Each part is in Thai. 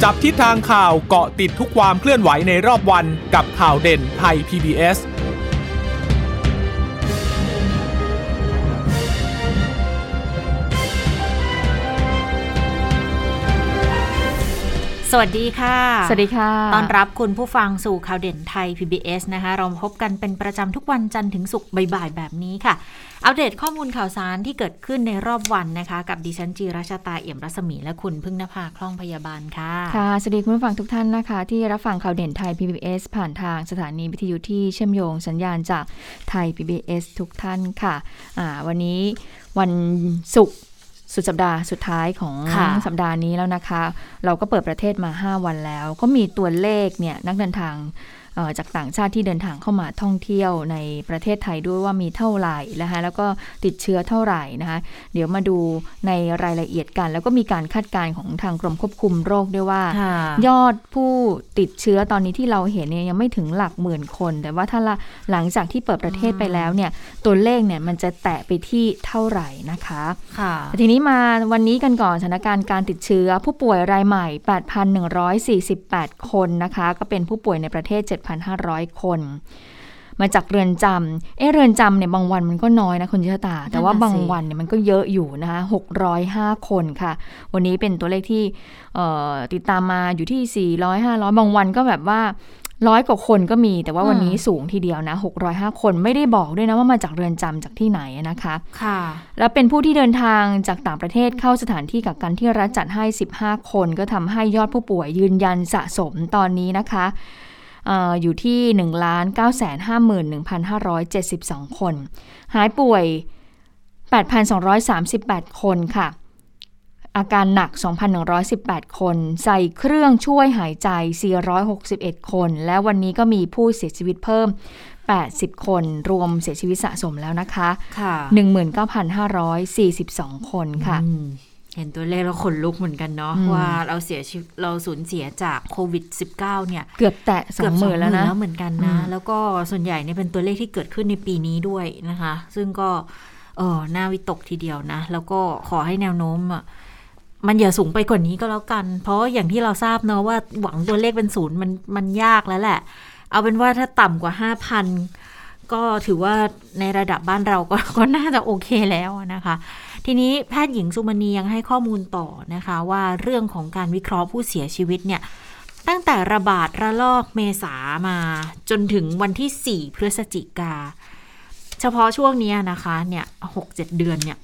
จับทิศทางข่าวเกาะติดทุกความเคลื่อนไหวในรอบวันกับข่าวเด่นไทย PBS สวัสดีค่ะสวัสดีค่ะต้อนรับคุณผู้ฟังสู่ข่าวเด่นไทย PBS นะคะเราพบกันเป็นประจำทุกวันจันทร์ถึงศุกร์บ่ายๆแบบนี้ค่ะอัปเดตข้อมูลข่าวสารที่เกิดขึ้นในรอบวันนะคะกับดิฉันจีราชตาเอี่ยมรัศมีและคุณพึ่งนภาคล่องพยาบาลค่ะค่ะสวัสดีคุณผู้ฟังทุกท่านนะคะที่รับฟังข่าวเด่นไทย PBS ผ่านทางสถานีวิทยุที่เชื่อมโยงสัญญาณจากไทย PBS ทุกท่านค่ะวันนี้วันศุกร์สุดสัปดาห์สุดท้ายของสัปดาห์นี้แล้วนะคะเราก็เปิดประเทศมา5วันแล้วก็มีตัวเลขเนี่ยนักเดินทางจากต่างชาติที่เดินทางเข้ามาท่องเที่ยวในประเทศไทยด้วยว่ามีเท่าไหร่นะคะแล้วก็ติดเชื้อเท่าไหร่นะคะเดี๋ยวมาดูในรายละเอียดกันแล้วก็มีการคาดการณ์ของทางกรมควบคุมโรคด้วยว่ายอดผู้ติดเชื้อตอนนี้ที่เราเห็นเนี่ยยังไม่ถึงหลักหมื่นคนแต่ว่าถ้าหลังจากที่เปิดประเทศไปแล้วเนี่ยตัวเลขเนี่ยมันจะแตะไปที่เท่าไหร่นะคะทีนี้มาวันนี้กันก่อนสถานการณ์การติดเชื้อผู้ป่วยรายใหม่ 8,148 คนนะคะก็เป็นผู้ป่วยในประเทศ7,500 คนมาจากเรือนจำเรือนจำเนี่ยบางวันมันก็น้อยนะคุณชิตาแต่ว่าบางวันเนี่ยมันก็เยอะอยู่นะคะ605 คนค่ะวันนี้เป็นตัวเลขที่ติดตามมาอยู่ที่400 500บางวันก็แบบว่า100 กว่าคนก็มีแต่ว่าวันนี้สูงทีเดียวนะ605 คนไม่ได้บอกด้วยนะว่ามาจากเรือนจำจากที่ไหนนะคะค่ะแล้วเป็นผู้ที่เดินทางจากต่างประเทศเข้าสถานที่กักกันที่รัฐจัดให้15 คนก็ทำให้ยอดผู้ป่วยยืนยันสะสมตอนนี้นะคะอยู่ที่ 1,951,572 คนหายป่วย 8,238 คนค่ะอาการหนัก 2,118 คนใส่เครื่องช่วยหายใจ461คนและวันนี้ก็มีผู้เสียชีวิตเพิ่ม80 คนรวมเสียชีวิตสะสมแล้วนะคะ 19,542 คนค่ะเห็นตัวเลขแล้วขนลุกเหมือนกันเนาะว่าเราสูญเสียจากโควิด -19 เนี่ยเกือบแตะ 20,000 แล้วนะเหมือนกันนะแล้วก็ส่วนใหญ่เนี่ยเป็นตัวเลขที่เกิดขึ้นในปีนี้ด้วยนะคะซึ่งก็น่าวิตกทีเดียวนะแล้วก็ขอให้แนวโน้มมันอย่าสูงไปกว่านี้ก็แล้วกันเพราะอย่างที่เราทราบเนาะว่าหวังตัวเลขเป็นศูนย์มันยากแล้วแหละเอาเป็นว่าถ้าต่ำกว่า 5,000 ก็ถือว่าในระดับบ้านเราก็น่าจะโอเคแล้วนะคะทีนี้แพทย์หญิงสุมณียังให้ข้อมูลต่อนะคะว่าเรื่องของการวิเคราะห์ผู้เสียชีวิตเนี่ยตั้งแต่ระบาดระลอกเมษามาจนถึงวันที่4 พฤศจิกาเฉพาะช่วงนี้นะคะเนี่ย 6-7 เดือนเนี่ย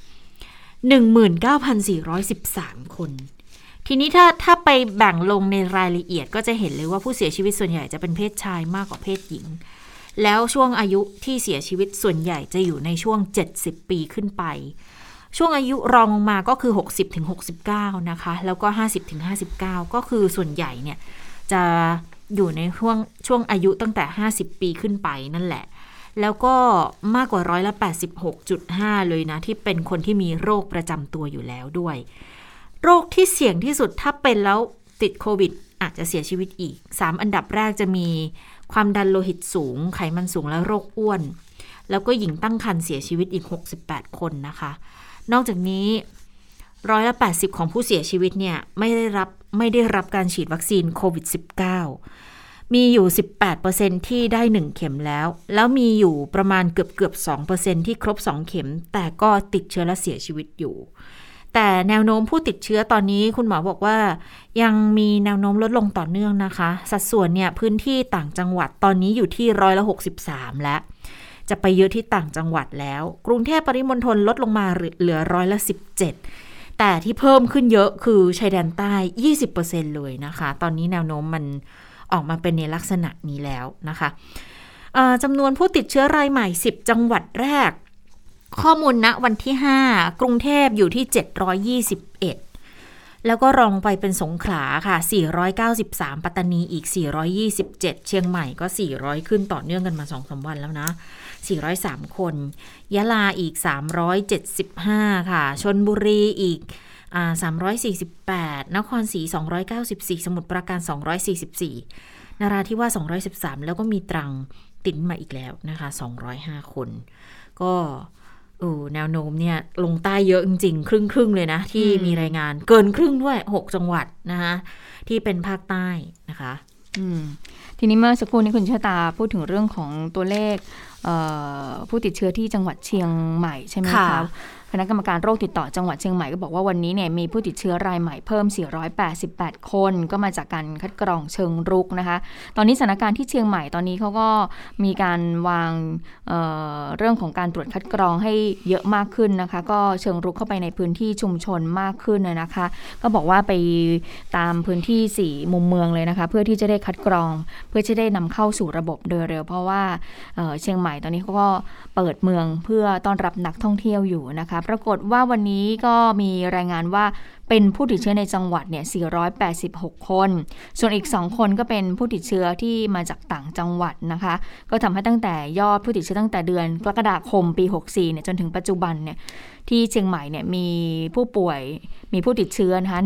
19,413 คนทีนี้ถ้าไปแบ่งลงในรายละเอียดก็จะเห็นเลยว่าผู้เสียชีวิตส่วนใหญ่จะเป็นเพศชายมากกว่าเพศหญิงแล้วช่วงอายุที่เสียชีวิตส่วนใหญ่จะอยู่ในช่วง70 ปีขึ้นไปช่วงอายุรองลงมาก็คือ 60-69 นะคะแล้วก็ 50-59 ก็คือส่วนใหญ่เนี่ยจะอยู่ในช่วงอายุตั้งแต่50 ปีขึ้นไปนั่นแหละแล้วก็มากกว่า86.5% เลยนะที่เป็นคนที่มีโรคประจำตัวอยู่แล้วด้วยโรคที่เสี่ยงที่สุดถ้าเป็นแล้วติดโควิดอาจจะเสียชีวิตอีก3 อันดับแรกจะมีความดันโลหิตสูงไขมันสูงและโรคอ้วนแล้วก็หญิงตั้งครรภ์เสียชีวิตอีก68 คนนะคะนอกจากนี้80%ของผู้เสียชีวิตเนี่ยไม่ได้รับการฉีดวัคซีนโควิด -19 มีอยู่ 18% ที่ได้1เข็มแล้วมีอยู่ประมาณเกือบ 2% ที่ครบ2เข็มแต่ก็ติดเชื้อและเสียชีวิตอยู่แต่แนวโน้มผู้ติดเชื้อตอนนี้คุณหมอบอกว่ายังมีแนวโน้มลดลงต่อเนื่องนะคะสัดส่วนเนี่ยพื้นที่ต่างจังหวัดตอนนี้อยู่ที่63%แล้วจะไปเยอะที่ต่างจังหวัดแล้วกรุงเทพปริมณฑลลดลงมาเหลือ17%แต่ที่เพิ่มขึ้นเยอะคือชายแดนใต้ 20% เลยนะคะตอนนี้แนวโน้มมันออกมาเป็นในลักษณะนี้แล้วนะคะจำนวนผู้ติดเชื้อรายใหม่10 จังหวัดแรกข้อมูลณวันที่5กรุงเทพอยู่ที่721แล้วก็รองไปเป็นสงขลาค่ะ493ปัตตานีอีก427เชียงใหม่ก็400ขึ้นต่อเนื่องกันมา 2-3 วันแล้วนะ403คนยะลาอีก375ค่ะชลบุรีอีก348นครศรี294สมุทรปราการ244นราธิวาส213แล้วก็มีตรังติดมาอีกแล้วนะคะ205คนก็แนวโน้มเนี่ยลงใต้เยอะจริงๆครึ่งเลยนะที่มีรายงานเกินครึ่งด้วย6จังหวัดนะคะที่เป็นภาคใต้นะคะทีนี้เมื่อสักครู่นี้คุณชะตาพูดถึงเรื่องของตัวเลขผู้ติดเชื้อที่จังหวัดเชียงใหม่ใช่ไหมคะคณะกรรมการโรคติดต่อจังหวัดเชียงใหม่ก็บอกว่าวันนี้เนี่ยมีผู้ติดเชื้อรายใหม่เพิ่ม488คนก็มาจากการคัดกรองเชิงรุกนะคะตอนนี้สถานการณ์ที่เชียงใหม่ตอนนี้เขาก็มีการวางเรื่องของการตรวจคัดกรองให้เยอะมากขึ้นนะคะก็เชิงรุกเข้าไปในพื้นที่ชุมชนมากขึ้นนะคะก็บอกว่าไปตามพื้นที่4มุมเมืองเลยนะคะเพื่อที่จะได้คัดกรองเพื่อจะได้นำเข้าสู่ระบบโดยเร็วเพราะว่าเชียงใหม่ตอนนี้เขาก็เปิดเมืองเพื่อต้อนรับนักท่องเที่ยวอยู่นะคะปรากฏว่าวันนี้ก็มีรายงานว่าเป็นผู้ติดเชื้อในจังหวัดเนี่ย486คนส่วนอีก2คนก็เป็นผู้ติดเชื้อที่มาจากต่างจังหวัดนะคะก็ทำให้ตั้งแต่ยอดผู้ติดเชื้อตั้งแต่เดือนกรกฎาคมปี64เนี่ยจนถึงปัจจุบันเนี่ยที่เชียงใหม่เนี่ยมีผู้ป่วยมีผู้ติดเชื้อนะคะ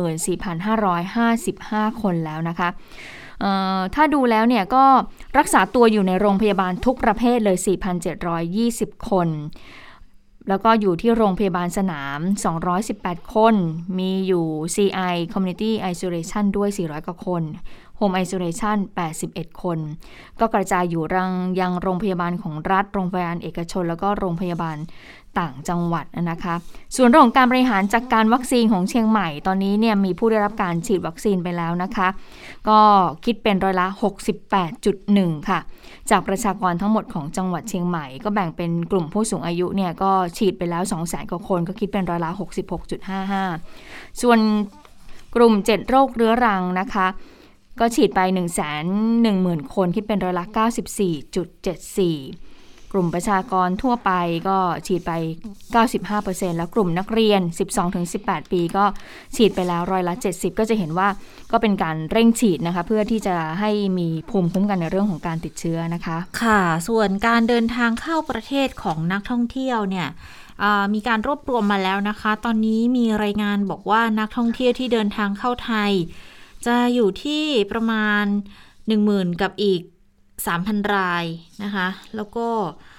14,555 คนแล้วนะคะถ้าดูแล้วเนี่ยก็รักษาตัวอยู่ในโรงพยาบาลทุกประเภทเลย 4,720 คนแล้วก็อยู่ที่โรงพยาบาลสนาม218คนมีอยู่ CI Community Isolation ด้วย400กว่าคน Home Isolation 81คนก็กระจายอยู่ยังโรงพยาบาลของรัฐโรงพยาบาลเอกชนแล้วก็โรงพยาบาลต่างจังหวัดนะคะส่วนเรื่องของการบริหารจัดการวัคซีนของเชียงใหม่ตอนนี้เนี่ยมีผู้ได้รับการฉีดวัคซีนไปแล้วนะคะก็คิดเป็นร้อยละ 68.1 ค่ะจากประชากรทั้งหมดของจังหวัดเชียงใหม่ก็แบ่งเป็นกลุ่มผู้สูงอายุเนี่ยก็ฉีดไปแล้ว 200,000 กว่าคนก็คิดเป็นร้อยละ 66.55 ส่วนกลุ่ม7โรคเรื้อรังนะคะก็ฉีดไป 110,000 คนคิดเป็นร้อยละ 94.74กลุ่มประชากรทั่วไปก็ฉีดไป 95% แล้วกลุ่มนักเรียน 12-18 ปีก็ฉีดไปแล้วร้อยละ 70ก็จะเห็นว่าก็เป็นการเร่งฉีดนะคะเพื่อที่จะให้มีภูมิคุ้มกันในเรื่องของการติดเชื้อนะคะค่ะส่วนการเดินทางเข้าประเทศของนักท่องเที่ยวเนี่ยมีการรวบรวมมาแล้วนะคะตอนนี้มีรายงานบอกว่านักท่องเที่ยวที่เดินทางเข้าไทยจะอยู่ที่ประมาณ 10,000 กับอีก3,000 รายนะคะแล้วก็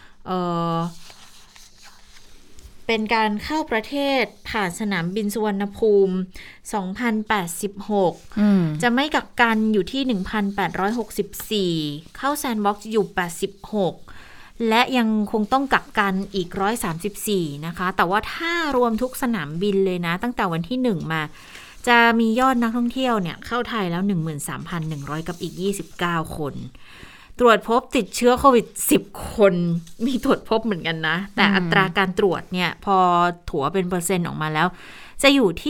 เป็นการเข้าประเทศผ่านสนามบินสุวรรณภูมิ 2,086 จะไม่กักกันอยู่ที่ 1,864 เข้าแซนด์บ็อกซ์อยู่86และยังคงต้องกักกันอีก134นะคะแต่ว่าถ้ารวมทุกสนามบินเลยนะตั้งแต่วันที่1มาจะมียอดนักท่องเที่ยวเนี่ยเข้าไทยแล้ว 13,100 กับอีก29คนตรวจพบติดเชื้อโควิด10คนมีตรวจพบเหมือนกันนะแต่อัตราการตรวจเนี่ยพอถัวเป็นเปอร์เซ็นต์ออกมาแล้วจะอยู่ที่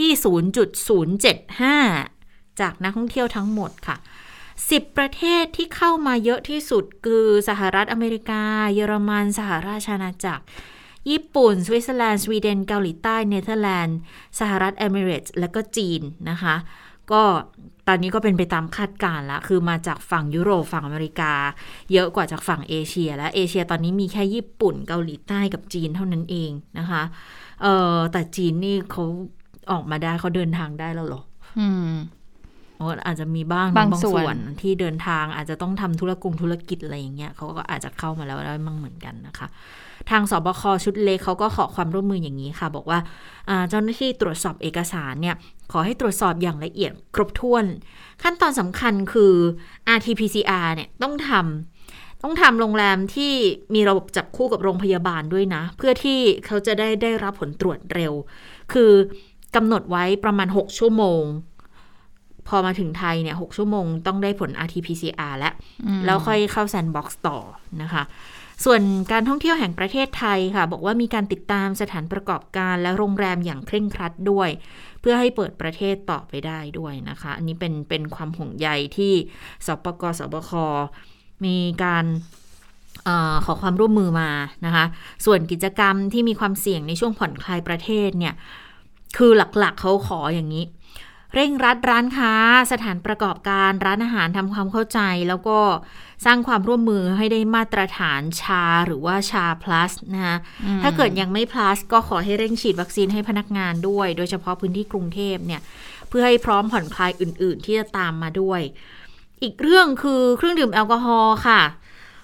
0.075 จากนักท่องเที่ยวทั้งหมดค่ะ10ประเทศที่เข้ามาเยอะที่สุดคือสหรัฐอเมริกาเยอรมันสหราชอาณาจักรญี่ปุ่นสวิตเซอร์แลนด์สวีเดนเกาหลีใต้เนเธอร์แลนด์สหรัฐเอมิเรตส์และก็จีนนะคะก็ตอนนี้ก็เป็นไปตามคาดการณ์ละคือมาจากฝั่งยุโรปฝั่งอเมริกาเยอะกว่าจากฝั่งเอเชียและเอเชียตอนนี้มีแค่ญี่ปุ่นเกาหลีใต้กับจีนเท่านั้นเองนะคะแต่จีนนี่เขาออกมาได้เขาเดินทางได้แล้วหรออาจจะมีบางส่วนที่เดินทางอาจจะต้องทำธุรกิจอะไรอย่างเงี้ยเขาก็อาจจะเข้ามาแล้วได้มั่งเหมือนกันนะคะทางสบคชุดเล็กเขาก็ขอความร่วมมืออย่างนี้ค่ะบอกว่าเจ้าหน้าที่ตรวจสอบเอกสารเนี่ยขอให้ตรวจสอบอย่างละเอียดครบถ้วนขั้นตอนสำคัญคือ RT-PCR เนี่ยต้องทำโรงแรมที่มีระบบจับคู่กับโรงพยาบาลด้วยนะเพื่อที่เขาจะได้รับผลตรวจเร็วคือกำหนดไว้ประมาณ6ชั่วโมงพอมาถึงไทยเนี่ย6ชั่วโมงต้องได้ผล RT-PCR แล้วค่อยเข้าแซนด์บ็อกซ์ต่อนะคะส่วนการท่องเที่ยวแห่งประเทศไทยค่ะบอกว่ามีการติดตามสถานประกอบการและโรงแรมอย่างเคร่งครัดด้วยเพื่อให้เปิดประเทศต่อไปได้ด้วยนะคะอันนี้เป็นความห่วงใยที่สปก.สบค.มีการขอความร่วมมือมานะคะส่วนกิจกรรมที่มีความเสี่ยงในช่วงผ่อนคลายประเทศเนี่ยคือหลักๆเขาขออย่างนี้เร่งรัดร้านค้าสถานประกอบการร้านอาหารทำความเข้าใจแล้วก็สร้างความร่วมมือให้ได้มาตรฐานชาหรือว่าชา plus นะคะถ้าเกิดยังไม่ plus ก็ขอให้เร่งฉีดวัคซีนให้พนักงานด้วยโดยเฉพาะพื้นที่กรุงเทพเนี่ยเพื่อให้พร้อมผ่อนคลายอื่นๆที่จะตามมาด้วยอีกเรื่องคือเครื่องดื่มแอลกอฮอล์ค่ะ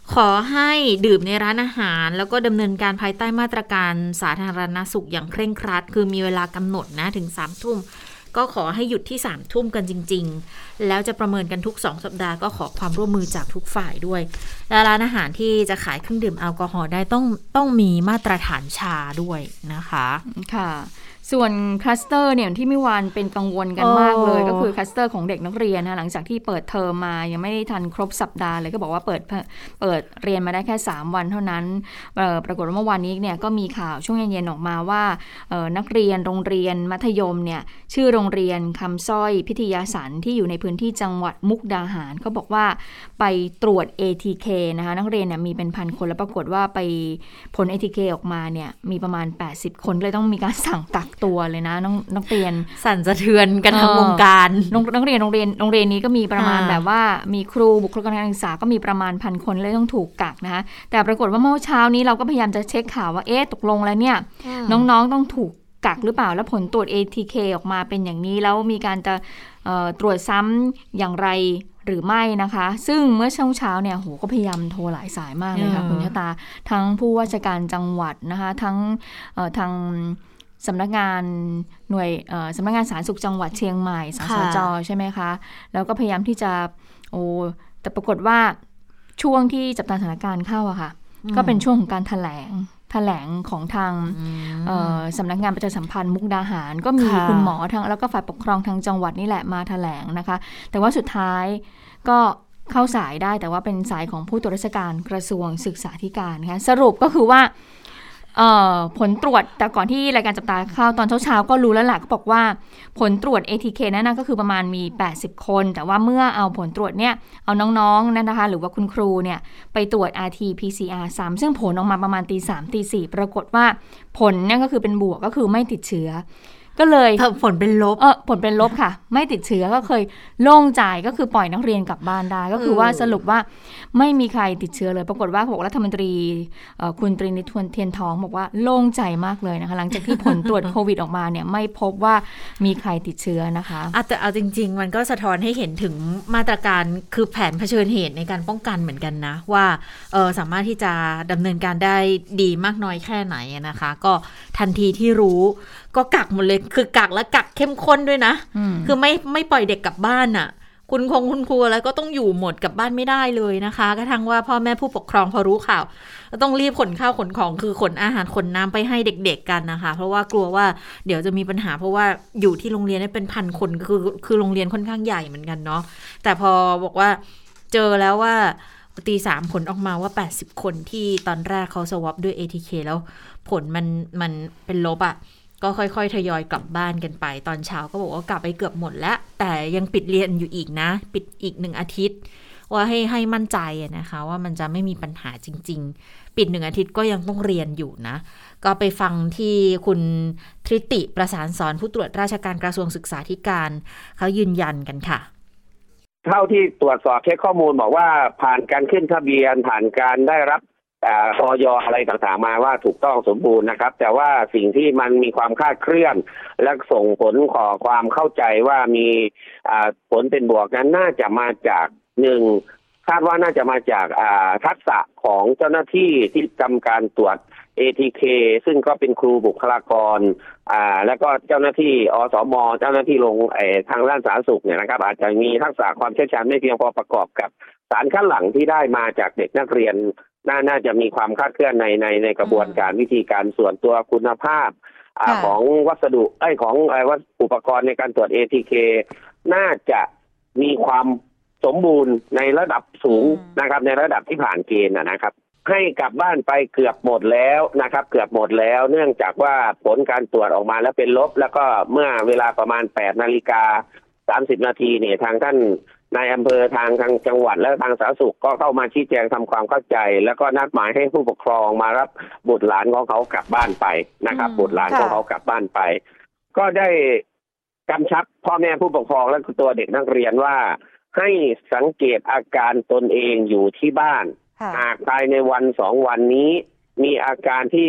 ขอให้ดื่มในร้านอาหารแล้วก็ดำเนินการภายใต้มาตรการสาธารณสุขอย่างเคร่งครัดคือมีเวลากำหนดนะถึง 3 ทุ่มก็ขอให้หยุดที่ 3 ทุ่มกันจริงๆแล้วจะประเมินกันทุก2 สัปดาห์ก็ขอความร่วมมือจากทุกฝ่ายด้วยและร้านอาหารที่จะขายเครื่องดื่มแอลกอฮอล์ได้ต้องมีมาตรฐานชาด้วยนะคะค่ะส่วนคลัสเตอร์เนี่ยที่เมื่อวานเป็นกังวลกันมากเลยก็คือคลัสเตอร์ของเด็กนักเรียนนะหลังจากที่เปิดเทอมมายังไม่ทันครบสัปดาห์เลยก็บอกว่าเปิดเรียนมาได้แค่3วันเท่านั้นปรากฏว่าเมื่อวานนี้เนี่ยก็มีข่าวช่วงเย็นๆออกมาว่านักเรียนโรงเรียนมัธยมเนี่ยชื่อโรงเรียนคำสร้อยพิทยาสันที่อยู่ในพื้นที่จังหวัดมุกดาหารเขาบอกว่าไปตรวจ ATK นะคะนักเรียนเนี่ยมีเป็นพันคนแล้วปรากฏว่าไปผล ATK ออกมาเนี่ยมีประมาณ80คนเลยต้องมีการสั่งกักตัวเลยนะนักเรียนสั่นสะเทือนกันทั้งวงการนักเรียนโรงเรียนนี้ก็มีประมาณแบบว่ามีครูบุคลากรทางการศึกษาก็มีประมาณ1,000 คนเลยต้องถูกกักนะคะแต่ปรากฏว่าเมื่อเช้านี้เราก็พยายามจะเช็คข่าวว่าตกลงแล้วเนี่ยน้องๆต้องถูกกักหรือเปล่าแล้วผลตรวจ ATK ออกมาเป็นอย่างนี้แล้วมีการจะตรวจซ้ำอย่างไรหรือไม่นะคะซึ่งเมื่อเช้าเนี่ยโหก็พยายามโทรหลายสายมากเลยค่ะคุณชะตาทั้งผู้ว่าราชการจังหวัดนะคะทั้งทางสำนักงานสำนักงานสาธารณสุขจังหวัดเชียงใหม่สสจ.ใช่ไหมคะแล้วก็พยายามที่จะแต่ปรากฏว่าช่วงที่จับตาสถานการณ์เข้าอะค่ะก็เป็นช่วงของการแถลงของทางสำนักงานประชาสัมพันธ์มุกดาหารก็มีคุณหมอทั้งแล้วก็ฝ่ายปกครองทางจังหวัดนี่แหละมาแถลงนะคะแต่ว่าสุดท้ายก็เข้าสายได้แต่ว่าเป็นสายของผู้ตรวจราชการกระทรวงศึกษาธิการนะคะสรุปก็คือว่าผลตรวจแต่ก่อนที่รายการจับตาเข้าตอนเช้าก็รู้แล้วล่ะก็บอกว่าผลตรวจ ATK นั่นก็คือประมาณมี80คนแต่ว่าเมื่อเอาผลตรวจเนี่ยเอาน้องๆนั่นนะคะหรือว่าคุณครูเนี่ยไปตรวจ RT-PCR ซ้ำซึ่งผลออกมาประมาณ 3:00 ตี 4ปรากฏว่าผลนั่นก็คือเป็นบวกก็คือไม่ติดเชื้อก็เลยผลเป็นลบผลเป็นลบค่ะไม่ติดเชื้อก็เคยโล่งใจก็คือปล่อยนักเรียนกลับบ้านได้ก็คือว่าสรุปว่าไม่มีใครติดเชื้อเลยปรากฏว่ารัฐมนตรีคุณตรีนิตเทียนทองบอกว่าโล่งใจมากเลยนะคะหลังจากที่ผลตรวจโควิดออกมาเนี่ยไม่พบว่ามีใครติดเชื้อนะคะแต่เอาจริงๆมันก็สะท้อนให้เห็นถึงมาตรการคือแผนเผชิญเหตุในการป้องกันเหมือนกันนะว่าสามารถที่จะดำเนินการได้ดีมากน้อยแค่ไหนนะคะก็ทันทีที่รู้ก็กักหมดเลยคือกักและกักเข้มข้นด้วยนะคือไม่ปล่อยเด็กกลับบ้านอ่ะคุณครูอะไรก็ต้องอยู่หมดกลับบ้านไม่ได้เลยนะคะกระทั่งว่าพ่อแม่ผู้ปกครองพอรู้ข่าวต้องรีบขนข้าวขนของคือขนอาหารขนน้ำไปให้เด็กๆกันนะคะเพราะว่ากลัวว่าเดี๋ยวจะมีปัญหาเพราะว่าอยู่ที่โรงเรียนเป็น1,000 คนคือโรงเรียนค่อนข้างใหญ่เหมือนกันเนาะแต่พอบอกว่าเจอแล้วว่าตี 3ผลออกมาว่า80คนที่ตอนแรกเขาสวอปด้วย ATK แล้วผลมันเป็นลบอ่ะก็ค่อยๆทยอยกลับบ้านกันไปตอนเช้าก็บอกว่ากลับไปเกือบหมดแล้วแต่ยังปิดเรียนอยู่อีกนะปิดอีก1 อาทิตย์ว่าให้มั่นใจนะคะว่ามันจะไม่มีปัญหาจริงๆปิด1 อาทิตย์ก็ยังต้องเรียนอยู่นะก็ไปฟังที่คุณทริติประสานสอนผู้ตรวจราชการกระทรวงศึกษาธิการเขายืนยันกันค่ะเท่าที่ตรวจสอบเช็คข้อมูลบอกว่าผ่านการขึ้นทะเบียนผ่านการได้รับอย.อะไรต่างๆมาว่าถูกต้องสมบูรณ์นะครับแต่ว่าสิ่งที่มันมีความคลาดเคลื่อนและส่งผลขอความเข้าใจว่ามีผลเป็นบวกนั้นน่าจะมาจาก1คาดว่าน่าจะมาจากทักษะของเจ้าหน้าที่ที่ทำการตรวจ ATK ซึ่งก็เป็นครูบุคลากรแล้วก็เจ้าหน้าที่อสม.เจ้าหน้าที่ทางด้านสาธารณสุขเนี่ยนะครับอาจจะมีทักษะความเชี่ยวชาญไม่เพียงพอประกอบกับสารคัดหลั่งที่ได้มาจากเด็กนักเรียนน่าจะมีความคลาดเคลื่อนในกระบวนการวิธีการส่วนตัวคุณภาพของวัสดุของอุปกรณ์ในการตรวจ ATK น่าจะมีความสมบูรณ์ในระดับสูงนะครับในระดับที่ผ่านเกณฑ์นะครับให้กลับบ้านไปเกือบหมดแล้วนะครับเกือบหมดแล้วเนื่องจากว่าผลการตรวจออกมาแล้วเป็นลบแล้วก็เมื่อเวลาประมาณ 8:30 น.เนี่ยทางท่านนายอำเภอทางจังหวัดและทางสาธารณสุขก็เข้ามาชี้แจงทำความเข้าใจแล้วก็นัดหมายให้ผู้ปกครองมารับบุตรหลานของเขากลับบ้านไปนะครับบุตรหลานของเขากลับบ้านไปก็ได้กำชับพ่อแม่ผู้ปกครองและตัวเด็กนักเรียนว่าให้สังเกตอาการตนเองอยู่ที่บ้านหากภายในวัน2 วันนี้มีอาการที่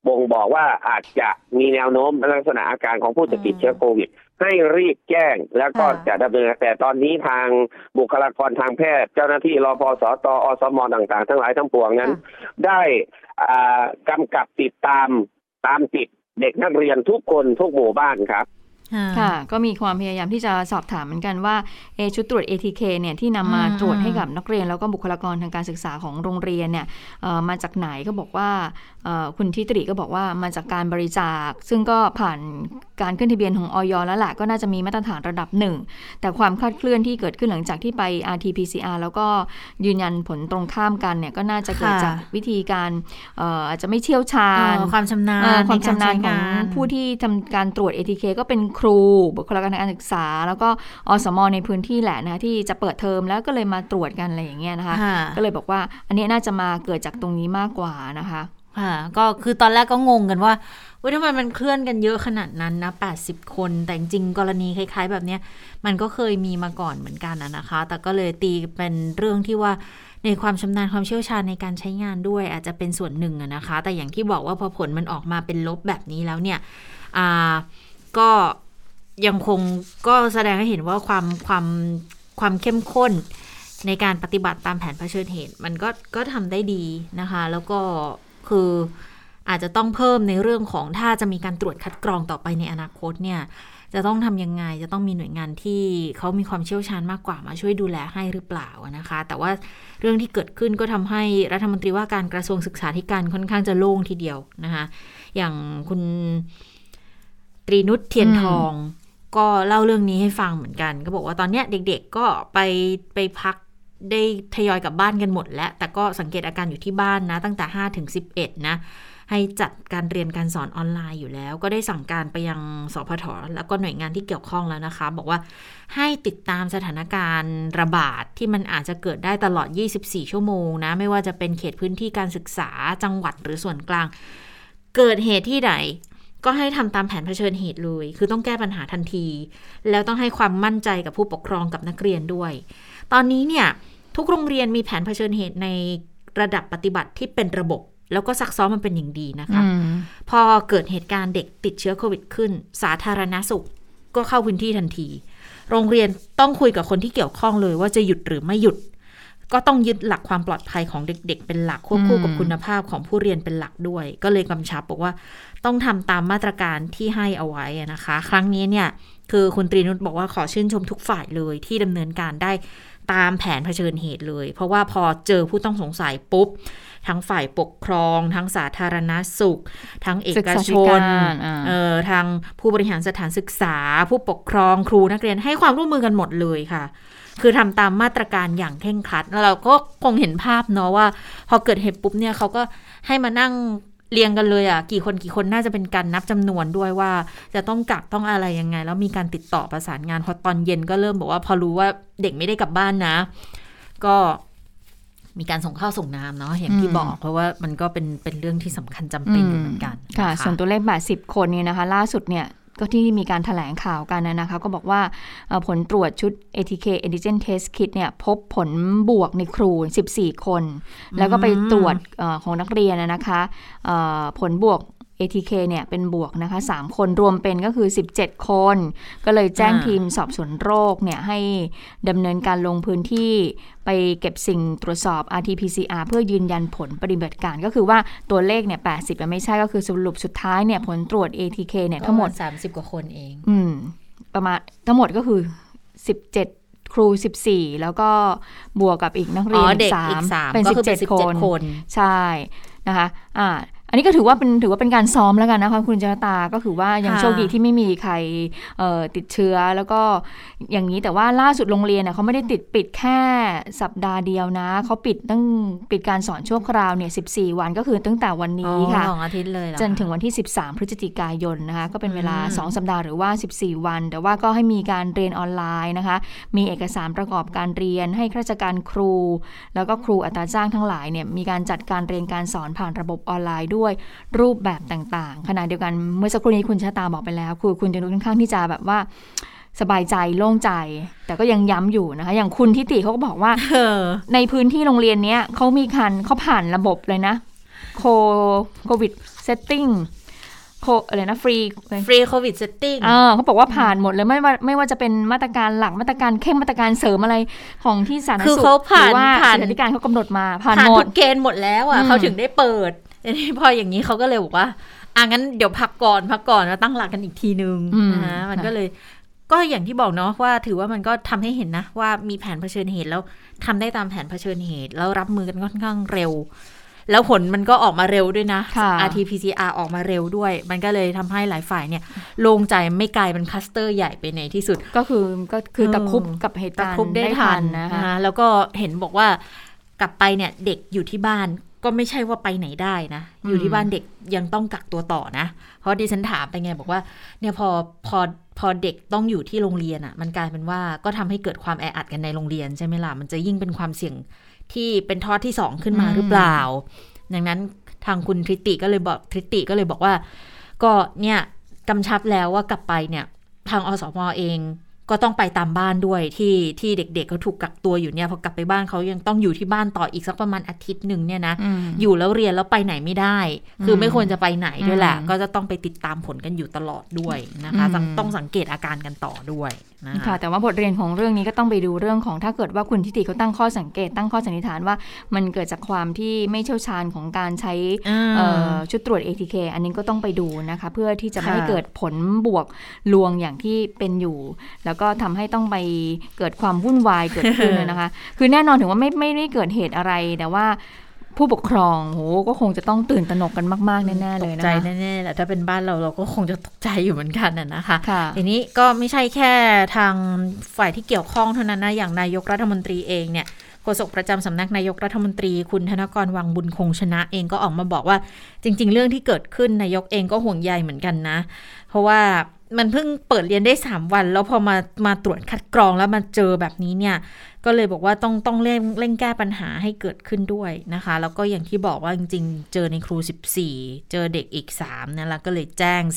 บ่งบอกว่าอาจจะมีแนวโน้มลักษณะอาการของผู้ติดเชื้อโควิดให้รีบแจ้งแล้วก็จะดำเนินแต่ตอนนี้ทางบุคลากรทางแพทย์เจ้าหน้าที่รพสตอสมต่างๆทั้งหลายทั้งปวงนั้นได้กำกับติดตามติดเด็กนักเรียนทุกคนทุกหมู่บ้านครับค่ะก็มีความพยายามที่จะสอบถามเหมือนกันว่าชุดตรวจ ATK เนี่ยที่นำมาตรวจให้กับนักเรียนแล้วก็บุคลากรทางการศึกษาของโรงเรียนเนี่ยมาจากไหนก็บอกว่าคุณทิตรีก็บอกว่ามาจากการบริจาคซึ่งก็ผ่านการขึ้นทะเบียนของอย.แล้วแหละก็น่าจะมีมาตรฐานระดับหนึ่งแต่ความคลาดเคลื่อนที่เกิดขึ้นหลังจากที่ไป RT-PCR แล้วก็ยืนยันผลตรงข้ามกันเนี่ยก็น่าจะเกิดจากวิธีการอาจจะไม่เชี่ยวชาญความชำนาญของผู้ที่ทำการตรวจ ATK ก็เป็นครูบุคลากรทางการศึกษาแล้วก็อสม.ในพื้นที่แหละนะที่จะเปิดเทอมแล้วก็เลยมาตรวจกันอะไรอย่างเงี้ยนะคะก็เลยบอกว่าอันนี้น่าจะมาเกิดจากตรงนี้มากกว่านะคะก็คือตอนแรกก็งงกันว่าทำไมมันเคลื่อนกันเยอะขนาดนั้นนะ80คนแต่จริงกรณีคล้ายๆแบบนี้มันก็เคยมีมาก่อนเหมือนกันนะคะแต่ก็เลยตีเป็นเรื่องที่ว่าในความชำนาญความเชี่ยวชาญในการใช้งานด้วยอาจจะเป็นส่วนหนึ่งนะคะแต่อย่างที่บอกว่าพอผลมันออกมาเป็นลบแบบนี้แล้วเนี่ยก็ยังคงก็แสดงให้เห็นว่าความเข้มข้นในการปฏิบัติตามแผนเผชิญเหตุมันก็ทำได้ดีนะคะแล้วก็คืออาจจะต้องเพิ่มในเรื่องของถ้าจะมีการตรวจคัดกรองต่อไปในอนาคตเนี่ยจะต้องทำยังไงจะต้องมีหน่วยงานที่เขามีความเชี่ยวชาญมากกว่ามาช่วยดูแลให้หรือเปล่านะคะแต่ว่าเรื่องที่เกิดขึ้นก็ทำให้รัฐมนตรีว่าการกระทรวงศึกษาธิการค่อนข้างจะโล่งทีเดียวนะคะอย่างคุณตรีนุชเทียนทองก็เล่าเรื่องนี้ให้ฟังเหมือนกันก็บอกว่าตอนนี้เด็กๆก็ไปพักได้ทยอยกลับบ้านกันหมดแล้วแต่ก็สังเกตอาการอยู่ที่บ้านนะตั้งแต่5 ถึง 11นะให้จัดการเรียนการสอนออนไลน์อยู่แล้วก็ได้สั่งการไปยังสพท.แล้วก็หน่วยงานที่เกี่ยวข้องแล้วนะคะบอกว่าให้ติดตามสถานการณ์ระบาดที่มันอาจจะเกิดได้ตลอด24ชั่วโมงนะไม่ว่าจะเป็นเขตพื้นที่การศึกษาจังหวัดหรือส่วนกลางเกิดเหตุที่ไหนก็ให้ทำตามแผนเผชิญเหตุเลยคือต้องแก้ปัญหาทันทีแล้วต้องให้ความมั่นใจกับผู้ปกครองกับนักเรียนด้วยตอนนี้เนี่ยทุกโรงเรียนมีแผนเผชิญเหตุในระดับปฏิบัติที่เป็นระบบแล้วก็ซักซ้อมมันเป็นอย่างดีนะคะพอเกิดเหตุการณ์เด็กติดเชื้อโควิดขึ้นสาธารณสุขก็เข้าพื้นที่ทันทีโรงเรียนต้องคุยกับคนที่เกี่ยวข้องเลยว่าจะหยุดหรือไม่หยุดก็ต้องยึดหลักความปลอดภัยของเด็กๆเป็นหลักควบคู่กับคุณภาพของผู้เรียนเป็นหลักด้วยก็เลยกำชับบอกว่าต้องทำตามมาตรการที่ให้เอาไว้นะคะครั้งนี้เนี่ยคือคุณตรีนุชบอกว่าขอชื่นชมทุกฝ่ายเลยที่ดำเนินการได้ตามแผนเผชิญเหตุเลยเพราะว่าพอเจอผู้ต้องสงสัยปุ๊บทั้งฝ่ายปกครองทั้งสาธารณสุขทั้งเอกชนทางผู้บริหารสถานศึกษาผู้ปกครองครูนักเรียนให้ความร่วมมือกันหมดเลยค่ะคือทำตามมาตรการอย่างเคร่งครัดแล้วเราก็คงเห็นภาพเนาะว่าพอเกิดเหตุปุ๊บเนี่ยเขาก็ให้มานั่งเรียงกันเลยกี่คนน่าจะเป็นการนับจำนวนด้วยว่าจะต้องกักต้องอะไรยังไงแล้วมีการติดต่อประสานงานพอตอนเย็นก็เริ่มบอกว่าพอรู้ว่าเด็กไม่ได้กลับบ้านนะก็มีการส่งข้าวส่งน้ำเนาะอย่างที่บอกเพราะว่ามันก็เป็นเรื่องที่สำคัญจำเป็นเหมือนกันค่ะส่วนตัวเลข80คนเนี่ยนะคะล่าสุดเนี่ยก็ที่มีการแถลงข่าวกันนะคะก็บอกว่าผลตรวจชุด ATK Antigen Test Kit เนี่ยพบผลบวกในครู14คนแล้วก็ไปตรวจของนักเรียนนะคะผลบวก ATK เนี่ยเป็นบวกนะคะ3คนรวมเป็นก็คือ17คนก็เลยแจ้งทีมสอบสวนโรคเนี่ยให้ดำเนินการลงพื้นที่ไปเก็บสิ่งตรวจสอบ RT-PCR เพื่อยืนยันผลปฏิบัติการก็คือว่าตัวเลขเนี่ย80ไม่ใช่ก็คือสรุปสุดท้ายเนี่ยผลตรวจ ATK เนี่ยทั้งหมด 30กว่าคนเองประมาณทั้งหมดก็คือ17ครู14แล้วก็บวกกับอีกนักเรียน3เป็น17คนใช่นะคะอันนี้ก็ถือว่าเป็นการซ้อมแล้วกันนะคะคุณจรตาก็คือว่ายังโชคดีที่ไม่มีใครติดเชื้อแล้วก็อย่างนี้แต่ว่าล่าสุดโรงเรียนเขาไม่ได้ปิดแค่สัปดาห์เดียวนะเขาปิดการสอนชั่วคราวเนี่ย14วันก็คือตั้งแต่วันนี้ค่ะ 2 อาทิตย์เลยจนถึงวันที่13พฤศจิกายนนะคะก็เป็นเวลา2สัปดาห์หรือว่า14วันแต่ว่าก็ให้มีการเรียนออนไลน์นะคะมีเอกสารประกอบการเรียนให้ข้าราชการครูแล้วก็ครูอัตราจ้างทั้งหลายเนี่ยมีการจัดการเรียนการสอนผ่านระบบออนไลน์ด้วยรูปแบบต่างๆขณะเดียวกันเมื่อสักครู่นี้คุณชะตาบอกไปแล้วคุณจะค่อนข้างที่จะแบบว่าสบายใจโล่งใจแต่ก็ยังย้ำอยู่นะคะอย่างคุณทิติเขาก็บอกว่าในพื้นที่โรงเรียนนี้เขาผ่านระบบเลยนะโควิด setting อะไรนะฟรีโควิดเซตติ้งเขาบอกว่าผ่านหมดเลยไม่ว่าจะเป็นมาตรการหลักมาตรการเข้มมาตรการเสริมอะไรของที่สาธารณสุขหรือว่าสถานการณ์เขากำหนดมาผ่านหมดทุกเกณฑ์หมดแล้วอ่ะเขาถึงได้เปิดพออย่างนี้เขาก็เลยบอกว่างั้นเดี๋ยวพักก่อนแล้วตั้งหลักกันอีกทีนึงนะมันก็เลยก็อย่างที่บอกเนาะว่าถือว่ามันก็ทำให้เห็นนะว่ามีแผนเผชิญเหตุแล้วทำได้ตามแผนเผชิญเหตุแล้วรับมือกันค่อนข้างเร็วแล้วผลมันก็ออกมาเร็วด้วยนะ RT-PCR ออกมาเร็วด้วยมันก็เลยทำให้หลายฝ่ายเนี่ยโล่งใจไม่กลายเป็นคลัสเตอร์ใหญ่ไปในที่สุดก็คือตะคุบกับเหตุการณ์ได้ทันนะคะแล้วก็เห็นบอกว่ากลับไปเนี่ยเด็กอยู่ที่บ้านก็ไม่ใช่ว่าไปไหนได้นะอยู่ที่บ้านเด็กยังต้องกักตัวต่อนะเพราะดิฉันถามไปไงบอกว่าเนี่ยพอเด็กต้องอยู่ที่โรงเรียนอ่ะมันกลายเป็นว่าก็ทำให้เกิดความแออัดกันในโรงเรียนใช่ไหมล่ะมันจะยิ่งเป็นความเสี่ยงที่เป็นทอดที่2ขึ้นมาหรือเปล่าดังนั้นทางคุณทริติก็เลยบอกว่าก็เนี่ยกำชับแล้วว่ากลับไปเนี่ยทางอสม.เองก็ต้องไปตามบ้านด้วยที่เด็กๆเขาถูกกักตัวอยู่เนี่ยพอกลับไปบ้านเขายังต้องอยู่ที่บ้านต่ออีกสักประมาณอาทิตย์นึงเนี่ยนะอยู่แล้วเรียนแล้วไปไหนไม่ได้คือไม่ควรจะไปไหนด้วยแหละก็จะต้องไปติดตามผลกันอยู่ตลอดด้วยนะคะต้องสังเกตอาการกันต่อด้วยค่ะแต่ว่าบทเรียนของเรื่องนี้ก็ต้องไปดูเรื่องของถ้าเกิดว่าคุณทิติเขาตั้งข้อสังเกตตั้งข้อสันนิษฐานว่ามันเกิดจากความที่ไม่เชี่ยวชาญของการใช้ชุดตรวจ ATK อันนี้ก็ต้องไปดูนะคะเพื่อที่จะไม่ให้เกิดผลบวกลวงอย่างที่เป็นอยู่แล้วก็ทำให้ต้องไปเกิดความวุ่นวายเกิดขึ้นเลยนะคะคือแน่นอนถึงว่าไม่ได้เกิดเหตุอะไรแต่ว่าผู้ปกครองก็คงจะต้องตื่นตระหนกกันมากๆแน่ๆเลยนะคะตกใจแน่ๆแหละถ้าเป็นบ้านเราก็คงจะตกใจอยู่เหมือนกันนะคะทีนี้ก็ไม่ใช่แค่ทางฝ่ายที่เกี่ยวข้องเท่านั้นนะอย่างนายกรัฐมนตรีเองเนี่ยโฆษกประจำสำนักนายกรัฐมนตรีคุณธนกรวังบุญคงชนะเองก็ออกมาบอกว่าจริงๆเรื่องที่เกิดขึ้นนายกเองก็ห่วงใยเหมือนกันนะเพราะว่ามันเพิ่งเปิดเรียนได้3วันแล้วพอมาตรวจคัดกรองแล้วมาเจอแบบนี้เนี่ยก็เลยบอกว่าต้องเร่งแก้ปัญหาให้เกิดขึ้นด้วยนะคะแล้วก็อย่างที่บอกว่าจริงๆเจอในครู14เจอเด็กอีก3นั่นแหละก็เลยแจ้ง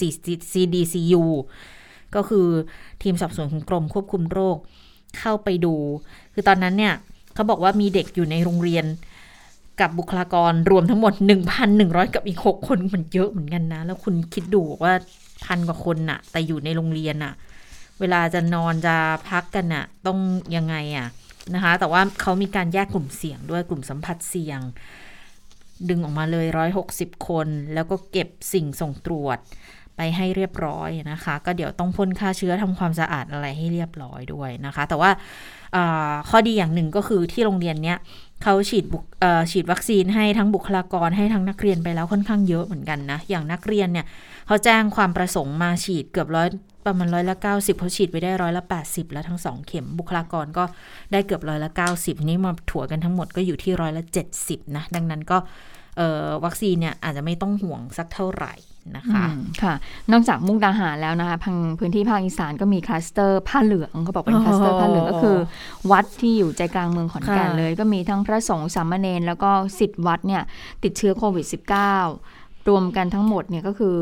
CDCU ก็คือทีมสอบสวนของกรมควบคุมโรคเข้าไปดูคือตอนนั้นเนี่ยเขาบอกว่ามีเด็กอยู่ในโรงเรียนกับบุคลากรรวมทั้งหมด 1,100 กับอีก6คนมันเยอะเหมือนกันนะแล้วคุณคิดดูว่า1,000 กว่าคนน่ะแต่อยู่ในโรงเรียนน่ะเวลาจะนอนจะพักกันน่ะต้องยังไงอ่ะนะคะแต่ว่าเขามีการแยกกลุ่มเสี่ยงด้วยกลุ่มสัมผัสเสี่ยงดึงออกมาเลย160คนแล้วก็เก็บสิ่งส่งตรวจไปให้เรียบร้อยนะคะก็เดี๋ยวต้องพ่นฆ่าเชื้อทำความสะอาดอะไรให้เรียบร้อยด้วยนะคะแต่ว่าข้อดีอย่างหนึ่งก็คือที่โรงเรียนเนี้ยเขาฉีดวัคซีนให้ทั้งบุคลากรให้ทั้งนักเรียนไปแล้วค่อนข้างเยอะเหมือนกันนะอย่างนักเรียนเนี่ยเขาแจ้งความประสงค์มาฉีดเกือบประมาณ90%เขาฉีดไปได้80%แล้วทั้ง2เข็มบุคลากรก็ได้เกือบ90%นี้มาถั่วกันทั้งหมดก็อยู่ที่70%นะดังนั้นก็วัคซีนเนี่ยอาจจะไม่ต้องห่วงสักเท่าไหร่นะคะค่ะนอกจากมุกดาหารแล้วนะคะพื้นที่ภาคอีสานก็มีคลัสเตอร์ผ้าเหลืองเขาบอกเป็นคลัสเตอร์ผ้าเหลืองก็คือวัดที่อยู่ใจกลางเมืองขอนแก่นเลยก็มีทั้งพระสงฆ์สามเณรแล้วก็ศิษย์วัดเนี่ยติดเชื้อโควิด -19 รวมกันทั้งหมดเนี่ยก็คือ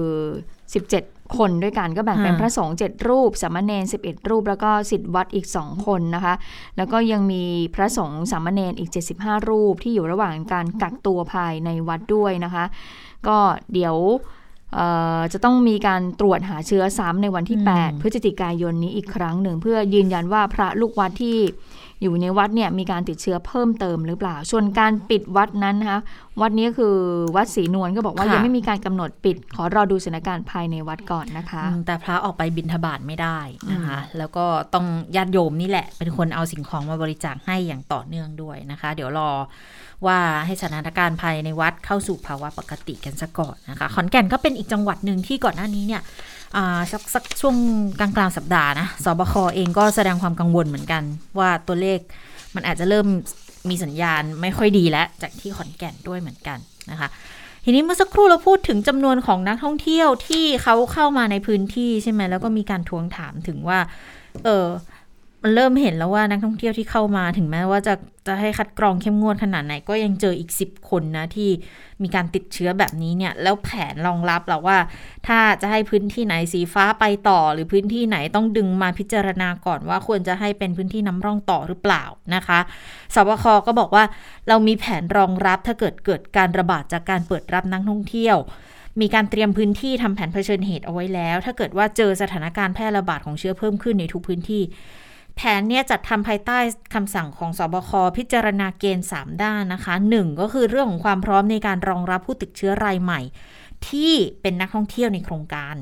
17คนด้วยกันก็แบ่งเป็นพระสงฆ์7รูปสามเณร11รูปแล้วก็ศิษย์วัดอีก2คนนะคะแล้วก็ยังมีพระสงฆ์สามเณรอีก75รูปที่อยู่ระหว่างการกักตัวภายในวัดด้วยนะคะก็เดี๋ยวจะต้องมีการตรวจหาเชื้อซ้ำในวันที่8พฤศจิกายนนี้อีกครั้งหนึ่งเพื่อยืนยันว่าพระลูกวัดที่อยู่ในวัดเนี่ยมีการติดเชื้อเพิ่มเติมหรือเปล่าส่วนการปิดวัดนั้นนะคะวัดนี้คือวัดศรีนวลก็บอกว่ายังไม่มีการกำหนดปิดขอรอดูสถานการณ์ภายในวัดก่อนนะคะแต่พระออกไปบิณฑบาตไม่ได้นะคะแล้วก็ต้องญาติโยมนี่แหละเป็นคนเอาสิ่งของมาบริจาคให้อย่างต่อเนื่องด้วยนะคะเดี๋ยวรอว่าให้สถานการณ์ภายในวัดเข้าสู่ภาวะปกติกันซะก่อนนะคะขอนแก่นก็เป็นอีกจังหวัดหนึ่งที่ก่อนหน้านี้เนี่ยสักช่วงกลางสัปดาห์นะสบคเองก็แสดงความกังวลเหมือนกันว่าตัวเลขมันอาจจะเริ่มมีสัญญาณไม่ค่อยดีแล้วจากที่ขอนแก่นด้วยเหมือนกันนะคะทีนี้เมื่อสักครู่เราพูดถึงจำนวนของนักท่องเที่ยวที่เขาเข้ามาในพื้นที่ใช่ไหมแล้วก็มีการทวงถามถึงว่ามันเริ่มเห็นแล้วว่านักท่องเที่ยวที่เข้ามาถึงแม้ว่าจะให้คัดกรองเข้มงวดขนาดไหนก็ยังเจออีก10คนนะที่มีการติดเชื้อแบบนี้เนี่ยแล้วแผนรองรับแล้วว่าถ้าจะให้พื้นที่ไหนสีฟ้าไปต่อหรือพื้นที่ไหนต้องดึงมาพิจารณาก่อนว่าควรจะให้เป็นพื้นที่นำร่องต่อหรือเปล่านะคะสบคก็บอกว่าเรามีแผนรองรับถ้าเกิดการระบาดจากการเปิดรับนักท่องเที่ยวมีการเตรียมพื้นที่ทำแผนเผชิญเหตุเอาไว้แล้วถ้าเกิดว่าเจอสถานการณ์แพร่ระบาดของเชื้อเพิ่มขึ้นในทุกพื้นที่แผนเนี่ยจัดทำภายใต้คำสั่งของสบคพิจารณาเกณฑ์3ด้านนะคะ1ก็คือเรื่องของความพร้อมในการรองรับผู้ติดเชื้อรายใหม่ที่เป็นนักท่องเที่ยวในโครงการ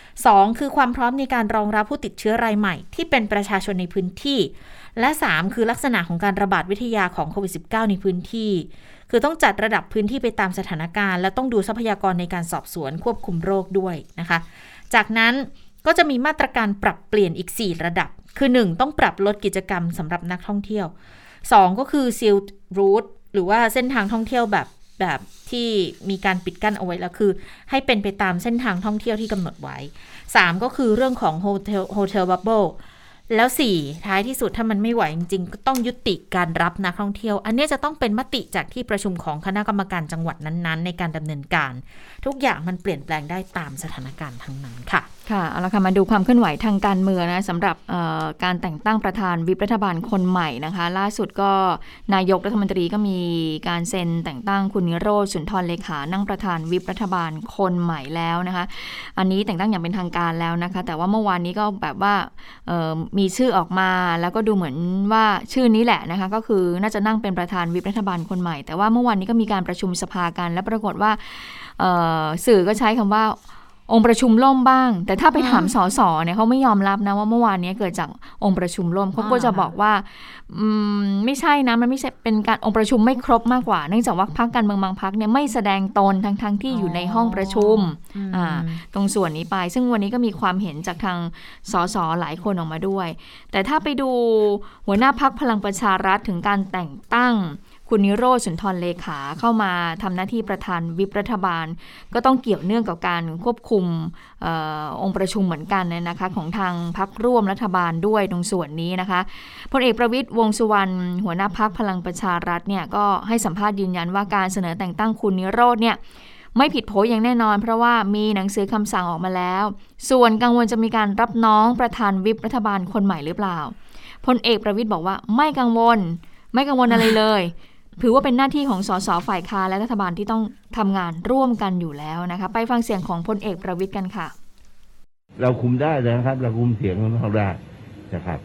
2คือความพร้อมในการรองรับผู้ติดเชื้อรายใหม่ที่เป็นประชาชนในพื้นที่และ3คือลักษณะของการระบาดวิทยาของโควิด -19 ในพื้นที่คือต้องจัดระดับพื้นที่ไปตามสถานการณ์และต้องดูทรัพยากรในการสอบสวนควบคุมโรคด้วยนะคะจากนั้นก็จะมีมาตรการปรับเปลี่ยนอีก4ระดับคือ1ต้องปรับลดกิจกรรมสำหรับนักท่องเที่ยว2ก็คือ Sealed Route หรือว่าเส้นทางท่องเที่ยวแบบที่มีการปิดกั้นเอาไว้แล้วคือให้เป็นไปตามเส้นทางท่องเที่ยวที่กำหนดไว้3ก็คือเรื่องของ Hotel Bubble แล้ว4ท้ายที่สุดถ้ามันไม่ไหวจริงๆก็ต้องยุติการรับนักท่องเที่ยวอันนี้จะต้องเป็นมติจากที่ประชุมของคณะกรรมการจังหวัดนั้นๆในการดำเนินการทุกอย่างมันเปลี่ยนแปลงได้ตามสถานการณ์ทั้งนั้นค่ะค่ะเอาละค่ะมาดูความเคลื่อนไหวทางการเมืองนะสำหรับการแต่งตั้งประธานวิปรัฐบาลคนใหม่นะคะล่าสุดก็นายกรัฐมนตรีก็มีการเซ็นแต่งตั้งคุณนิโรธสุนทรเลขานั่งประธานวิปรัฐบาลคนใหม่แล้วนะคะอันนี้แต่งตั้งอย่างเป็นทางการแล้วนะคะแต่ว่าเมื่อวานนี้ก็แบบว่ามีชื่อออกมาแล้วก็ดูเหมือนว่าชื่อนี้แหละนะคะก็คือน่าจะนั่งเป็นประธานวิปรัฐบาลคนใหม่แต่ว่าเมื่อวานนี้ก็มีการประชุมสภากันและปรากฏว่าสื่อก็ใช้คำว่าองค์ประชุมล่มบ้างแต่ถ้าไปถามสสเนี่ยเขาไม่ยอมรับนะว่าเมื่อวานนี้เกิดจากองค์ประชุมล่มเขาก็จะบอกว่าไม่ใช่นะมันไม่ใช่เป็นการองค์ประชุมไม่ครบมากกว่าเนื่องจากว่าพรรคการเมืองบางพรรคเนี่ยไม่แสดงตนทั้งที่อยู่ในห้องประชุมตรงส่วนนี้ไปซึ่งวันนี้ก็มีความเห็นจากทางสสหลายคนออกมาด้วยแต่ถ้าไปดูหัวหน้าพรรคพลังประชารัฐถึงการแต่งตั้งคุณนิโรธสุนทรเลขาเข้ามาทำหน้าที่ประธานวิปรัฐบาลก็ต้องเกี่ยวเนื่องกับการควบคุมองค์ประชุมเหมือนกันนะคะของทางพรรคร่วมรัฐบาลด้วยตรงส่วนนี้นะคะพลเอกประวิตรวงษ์สุวรรณหัวหน้าพรรคพลังประชารัฐเนี่ยก็ให้สัมภาษณ์ยืนยันว่าการเสนอแต่งตั้งคุณนิโรธเนี่ยไม่ผิดโผอย่างแน่นอนเพราะว่ามีหนังสือคำสั่งออกมาแล้วส่วนกังวลจะมีการรับน้องประธานวิปรัฐบาลคนใหม่หรือเปล่าพลเอกประวิตรบอกว่าไม่กังวลอะไรเลยถือว่าเป็นหน้าที่ของสสฝ่ายค้านและรัฐบาลที่ต้องทำงานร่วมกันอยู่แล้วนะคะไปฟังเสียงของพลเอกประวิตรกันค่ะเราคุมได้นะครับเราคุมเสียงของเราได้นะครับ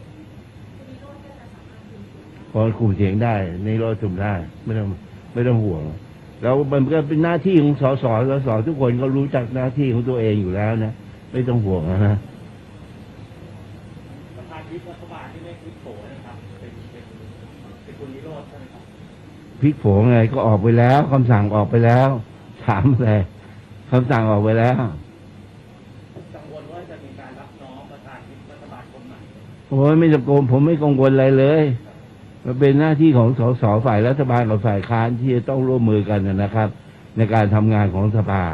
พอคุมเสียงได้ในรถคุมได้ไม่ต้องห่วงแล้วมันก็เป็นหน้าที่ของสสทุกคนก็รู้จักหน้าที่ของตัวเองอยู่แล้วนะไม่ต้องห่วงนะประธานวิปรัฐบาลที่ไม่พลิกโผนะครับเป็นคุณนิโรธใช่ไหมครับพลิกโผไงก็ออกไปแล้วคำสั่งออกไปแล้วถามเลยคำสั่งออกไปแล้วกังวลว่าจะมีการรับน้องประธานวิปรัฐบาลคนใหม่โอ้ยไม่กังวลผมไม่กังวลอะไรเลยมันเป็นหน้าที่ของสสฝ่ายรัฐบาลกับฝ่ายค้านที่จะต้องร่วมมือกันนะครับในการทำงานของสภา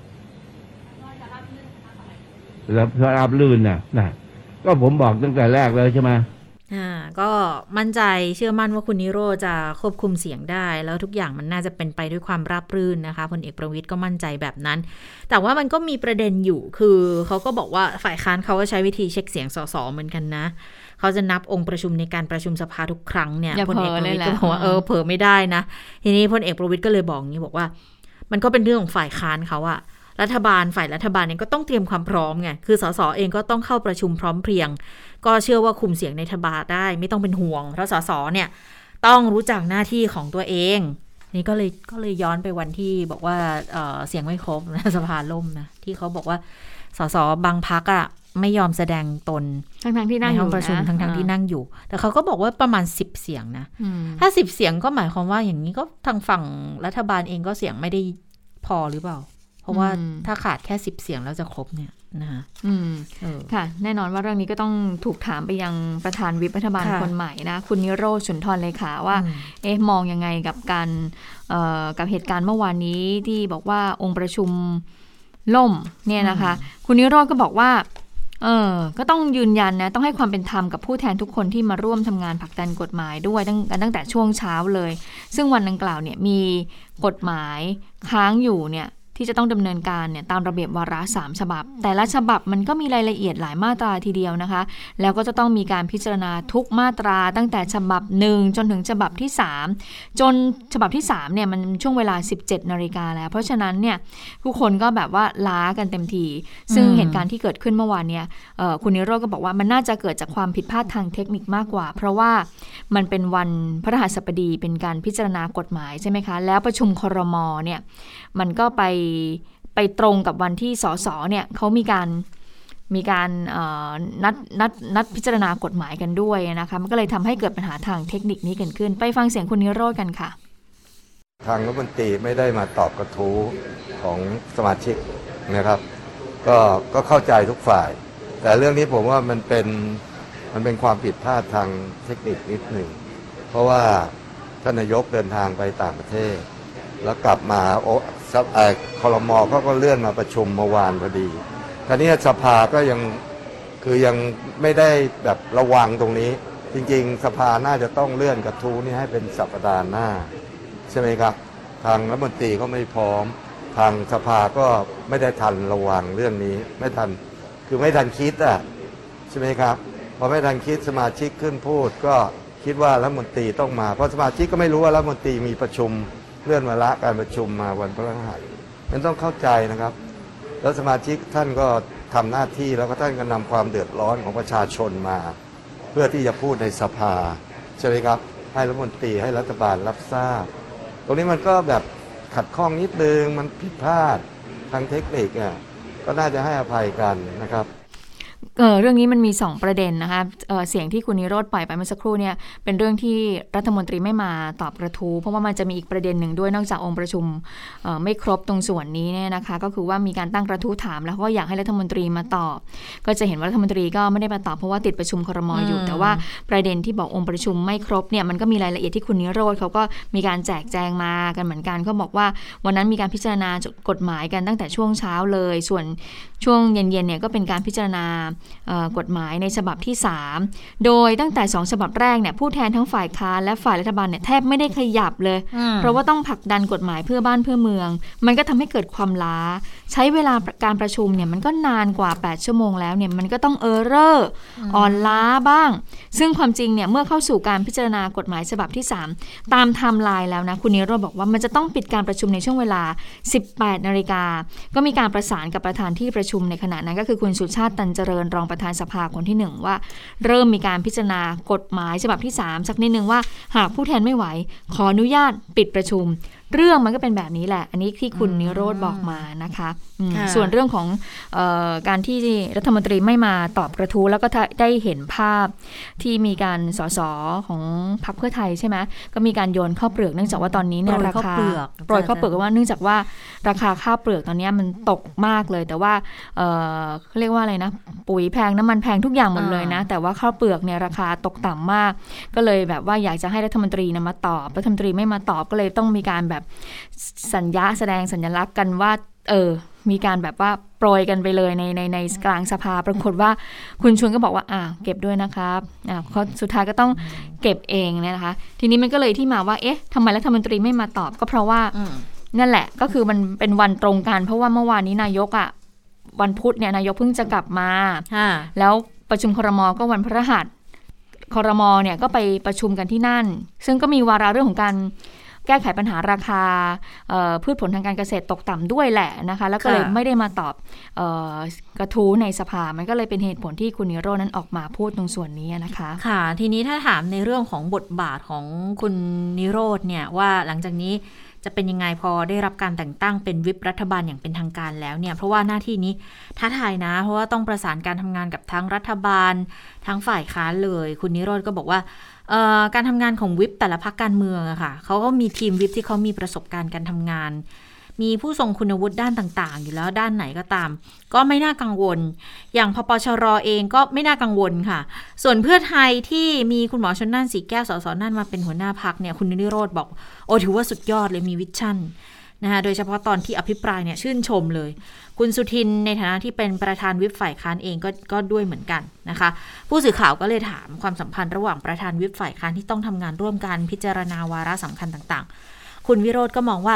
แล้วรับลื่นนะก็ผมบอกตั้งแต่แรกแล้วใช่ไหมก็มั่นใจเชื่อมั่นว่าคุณนิโรธจะควบคุมเสียงได้แล้วทุกอย่างมันน่าจะเป็นไปด้วยความราบรื่นนะคะพลเอกประวิตรก็มั่นใจแบบนั้นแต่ว่ามันก็มีประเด็นอยู่คือเขาก็บอกว่าฝ่ายค้านเขาก็ใช้วิธีเช็คเสียงสสเหมือนกันนะเขาจะนับองค์ประชุมในการประชุมสภาทุกครั้งเนี่ยพลเอกประวิตรก็บอกว่าเผลอไม่ได้นะทีนี้พลเอกประวิตรก็เลยบอกงี้บอกว่ามันก็เป็นเรื่องของฝ่ายค้านเขาอะฝ่ายรัฐบาลเองก็ต้องเตรียมความพร้อมไงคือสสเองก็ต้องเข้าประชุมพร้อมเพรียงก็เชื่อว่าคุมเสียงในสภาได้ไม่ต้องเป็นห่วงเพราะสสเนี่ยต้องรู้จักหน้าที่ของตัวเองนี่ก็เลยย้อนไปวันที่บอกว่าเสียงไม่ครบนะสภาล่มนะที่เขาบอกว่าสสบางพรรคอะไม่ยอมแสดงตนทั้งที่นั่งอยู่ในห้องประชุมทั้งที่นั่งอยู่แต่เขาก็บอกว่าประมาณ10เสียงนะถ้า10เสียงก็หมายความว่าอย่างนี้ก็ทางฝั่งรัฐบาลเองก็เสียงไม่ได้พอหรือเปล่าเพราะว่าถ้าขาดแค่10เสียงแล้วจะครบเนี่ยนะคะค่ะแน่นอนว่าเรื่องนี้ก็ต้องถูกถามไปยังประธานวิปรัฐบาลคนใหม่นะคุณนิโรธสุนทรเลขาว่ามองยังไงกับการกับเหตุการณ์เมื่อวานนี้ที่บอกว่าองค์ประชุมล่มเนี่ยนะคะคุณนิโรธก็บอกว่าก็ต้องยืนยันนะต้องให้ความเป็นธรรมกับผู้แทนทุกคนที่มาร่วมทำงานผลักดันกฎหมายด้วยตั้งแต่ช่วงเช้าเลยซึ่งวันดังกล่าวเนี่ยมีกฎหมายค้างอยู่เนี่ยที่จะต้องดำเนินการเนี่ยตามระเบียบวาระ3ฉบับแต่ละฉบับมันก็มีรายละเอียดหลายมาตราทีเดียวนะคะแล้วก็จะต้องมีการพิจารณาทุกมาตราตั้งแต่ฉบับ1จนถึงฉบับที่3จนฉบับที่3เนี่ยมันช่วงเวลา 17 นาฬิกาแล้วเพราะฉะนั้นเนี่ยทุกคนก็แบบว่าล้ากันเต็มทีซึ่งเหตุการณ์ที่เกิดขึ้นเมื่อวานเนี่ยคุณนิโรธก็บอกว่ามันน่าจะเกิดจากความผิดพลาดทางเทคนิคมากกว่าเพราะว่ามันเป็นวันพฤหัสบดีเป็นการพิจารณากฎหมายใช่ไหมคะแล้วประชุมครม.เนี่ยมันก็ไปตรงกับวันที่สสเนี่ยเขามีการนัดพิจารณากฎหมายกันด้วยนะคะมันก็เลยทำให้เกิดปัญหาทางเทคนิคนี้เกิดขึ้นไปฟังเสียงคุณนิโรธกันค่ะทางรัฐมนตรีไม่ได้มาตอบกระทู้ของสมาชิกนะครับก็เข้าใจทุกฝ่ายแต่เรื่องนี้ผมว่ามันเป็นความผิดพลาดทางเทคนิคนิดหนึ่งเพราะว่าท่านนายกเดินทางไปต่างประเทศแล้วกลับมาครม.ก็เลื่อนมาประชุมเมื่อวานพอดีคราวนี้สภาก็ยังไม่ได้แบบระวังตรงนี้จริงๆสภาน่าจะต้องเลื่อนกระทู้นี้ให้เป็นสัปดาห์หน้าใช่ไหมครับทางรัฐมนตรีก็ไม่พร้อมทางสภาก็ไม่ได้ทันระวังเรื่องนี้ไม่ทันคิดใช่ไหมครับพอไม่ทันคิดสมาชิกขึ้นพูดก็คิดว่ารัฐมนตรีต้องมาเพราะสมาชิกก็ไม่รู้ว่ารัฐมนตรีมีประชุมเลื่อนวาระการประชุมมาวันพฤหัสมันต้องเข้าใจนะครับแล้วสมาชิกท่านก็ทำหน้าที่แล้วก็ท่านก็นำความเดือดร้อนของประชาชนมาเพื่อที่จะพูดในสภาใช่ไหมครับให้รัฐมนตรีให้รัฐบาลรับทราบตรงนี้มันก็แบบขัดข้องนิดนึงมันผิดพลาดทางเทคนิคก็น่าจะให้อภัยกันนะครับเรื่องนี้มันมี2ประเด็นนะคะเสียงที่คุณนิโรธปล่อยไปเมื่อสักครู่เนี่ยเป็นเรื่องที่รัฐมนตรีไม่มาตอบกระทู้เพราะว่ามันจะมีอีกประเด็นหนึ่งด้วยนอกจากองค์ประชุมไม่ครบตรงส่วนนี้เนี่ยนะคะก็คือว่ามีการตั้งกระทู้ถามแล้วก็อยากให้รัฐมนตรีมาตอบก็จะเห็นว่ารัฐมนตรีก็ไม่ได้มาตอบเพราะว่าติดประชุมครม.อยู่แต่ว่าประเด็นที่บอกองค์ประชุมไม่ครบเนี่ยมันก็มีรายละเอียดที่คุณนิโรธเขาก็มีการแจกแจงมากันเหมือนกันเขาบอกว่าวันนั้นมีการพิจารณากฎหมายกันตั้งแต่ช่วงเช้าเลยส่วนช่วงเย็นๆเนี่ยก็เป็นการพิจารณากฎหมายในฉบับที่3โดยตั้งแต่2ฉบับแรกเนี่ยผู้แทนทั้งฝ่ายค้านและฝ่ายรัฐบาลเนี่ยแทบไม่ได้ขยับเลยเพราะว่าต้องผลักดันกฎหมายเพื่อบ้านเพื่อเมืองมันก็ทำให้เกิดความล้าใช้เวลาการประชุมเนี่ยมันก็นานกว่า8ชั่วโมงแล้วเนี่ยมันก็ต้องอ่อนล้าบ้างซึ่งความจริงเนี่ยเมื่อเข้าสู่การพิจารณากฎหมายฉบับที่3ตามไทม์ไลน์แล้วนะคุณนิโรธบอกว่ามันจะต้องปิดการประชุมในช่วงเวลา 18 นาฬิกาก็มีการประสานกับประธานที่ประชุมในขณะนั้นก็คือคุณสุชาติตันเจริญรองประธานสภาคนที่1ว่าเริ่มมีการพิจารณากฎหมายฉบับที่3สักนิดนึงว่าหากผู้แทนไม่ไหวขออนุญาตปิดประชุมเรื่องมันก็เป็นแบบนี้แหละอันนี้ที่คุณนิโรธบอกมานะคะส่วนเรื่องของการที่รัฐมนตรีไม่มาตอบกระทู้แล้วก็ได้เห็นภาพที่มีการสสของพรรคเพื่อไทยใช่ไหมก็มีการโยนข้าวเปลือกเนื่องจากว่าตอนนี้เนี่ยราคาโปรยข้าวเปลือกว่าเนื่องจากว่าราคาข้าวเปลือกตอนนี้มันตกมากเลยแต่ว่าเขาเรียกว่าอะไรนะปุ๋ยแพงน้ำมันแพงทุกอย่างหมดเลยนะแต่ว่าข้าวเปลือกเนี่ยราคาตกต่ำมากก็เลยแบบว่าอยากจะให้รัฐมนตรีมาตอบรัฐมนตรีไม่มาตอบก็เลยต้องมีการแบบแสดงสัญลักษณ์กันว่ามีการแบบว่าโปรยกันไปเลยในกลางสภาปรากฏว่าคุณชวนก็บอกว่าเก็บด้วยนะครับเขาสุดท้ายก็ต้องเก็บเองนะคะทีนี้มันก็เลยที่มาว่าทำไมรัฐมนตรีไม่มาตอบก็เพราะว่านั่นแหละก็คือมันเป็นวันตรงกันเพราะว่าเมื่อวานนี้นายกวันพุธเนี่ยนายกเพิ่งจะกลับมาแล้วประชุมครม.ก็วันพฤหัสครม.เนี่ยก็ไปประชุมกันที่นั่นซึ่งก็มีวาระเรื่องของการแก้ไขปัญหาราคาพืชผลทางการเกษตรตกต่ำด้วยแหละนะคะแล้วก็เลยไม่ได้มาตอบกระทู้ในสภามันก็เลยเป็นเหตุผลที่คุณนิโรจน์นั้นออกมาพูดตรงส่วนนี้นะคะค่ะทีนี้ถ้าถามในเรื่องของบทบาทของคุณนิโรจน์เนี่ยว่าหลังจากนี้จะเป็นยังไงพอได้รับการแต่งตั้งเป็นวิปรัฐบาลอย่างเป็นทางการแล้วเนี่ยเพราะว่าหน้าที่นี้ท้าทายนะเพราะว่าต้องประสานการทำงานกับทั้งรัฐบาลทั้งฝ่ายค้านเลยคุณนิโรจน์ก็บอกว่าการทำงานของวิปแต่ละพรรคการเมืองอะค่ะเขาก็มีทีมวิปที่เขามีประสบการณ์การทำงานมีผู้ทรงคุณวุฒิด้านต่างๆอยู่แล้วด้านไหนก็ตามก็ไม่น่ากังวลอย่างพปชร.เองก็ไม่น่ากังวลค่ะส่วนเพื่อไทยที่มีคุณหมอชลน่าน สีแก้ว สสนั่นมาเป็นหัวหน้าพรรคเนี่ยคุณนิโรธบอกโอ้ถือว่าสุดยอดเลยมีวิชั่นนะคะโดยเฉพาะตอนที่อภิปรายเนี่ยชื่นชมเลยคุณสุทินในฐานะที่เป็นประธานวิปฝ่ายค้านเองก็ด้วยเหมือนกันนะคะผู้สื่อข่าวก็เลยถามความสัมพันธ์ระหว่างประธานวิปฝ่ายค้านที่ต้องทำงานร่วมกันพิจารณาวาระสำคัญต่างๆคุณวิโรจน์ก็มองว่า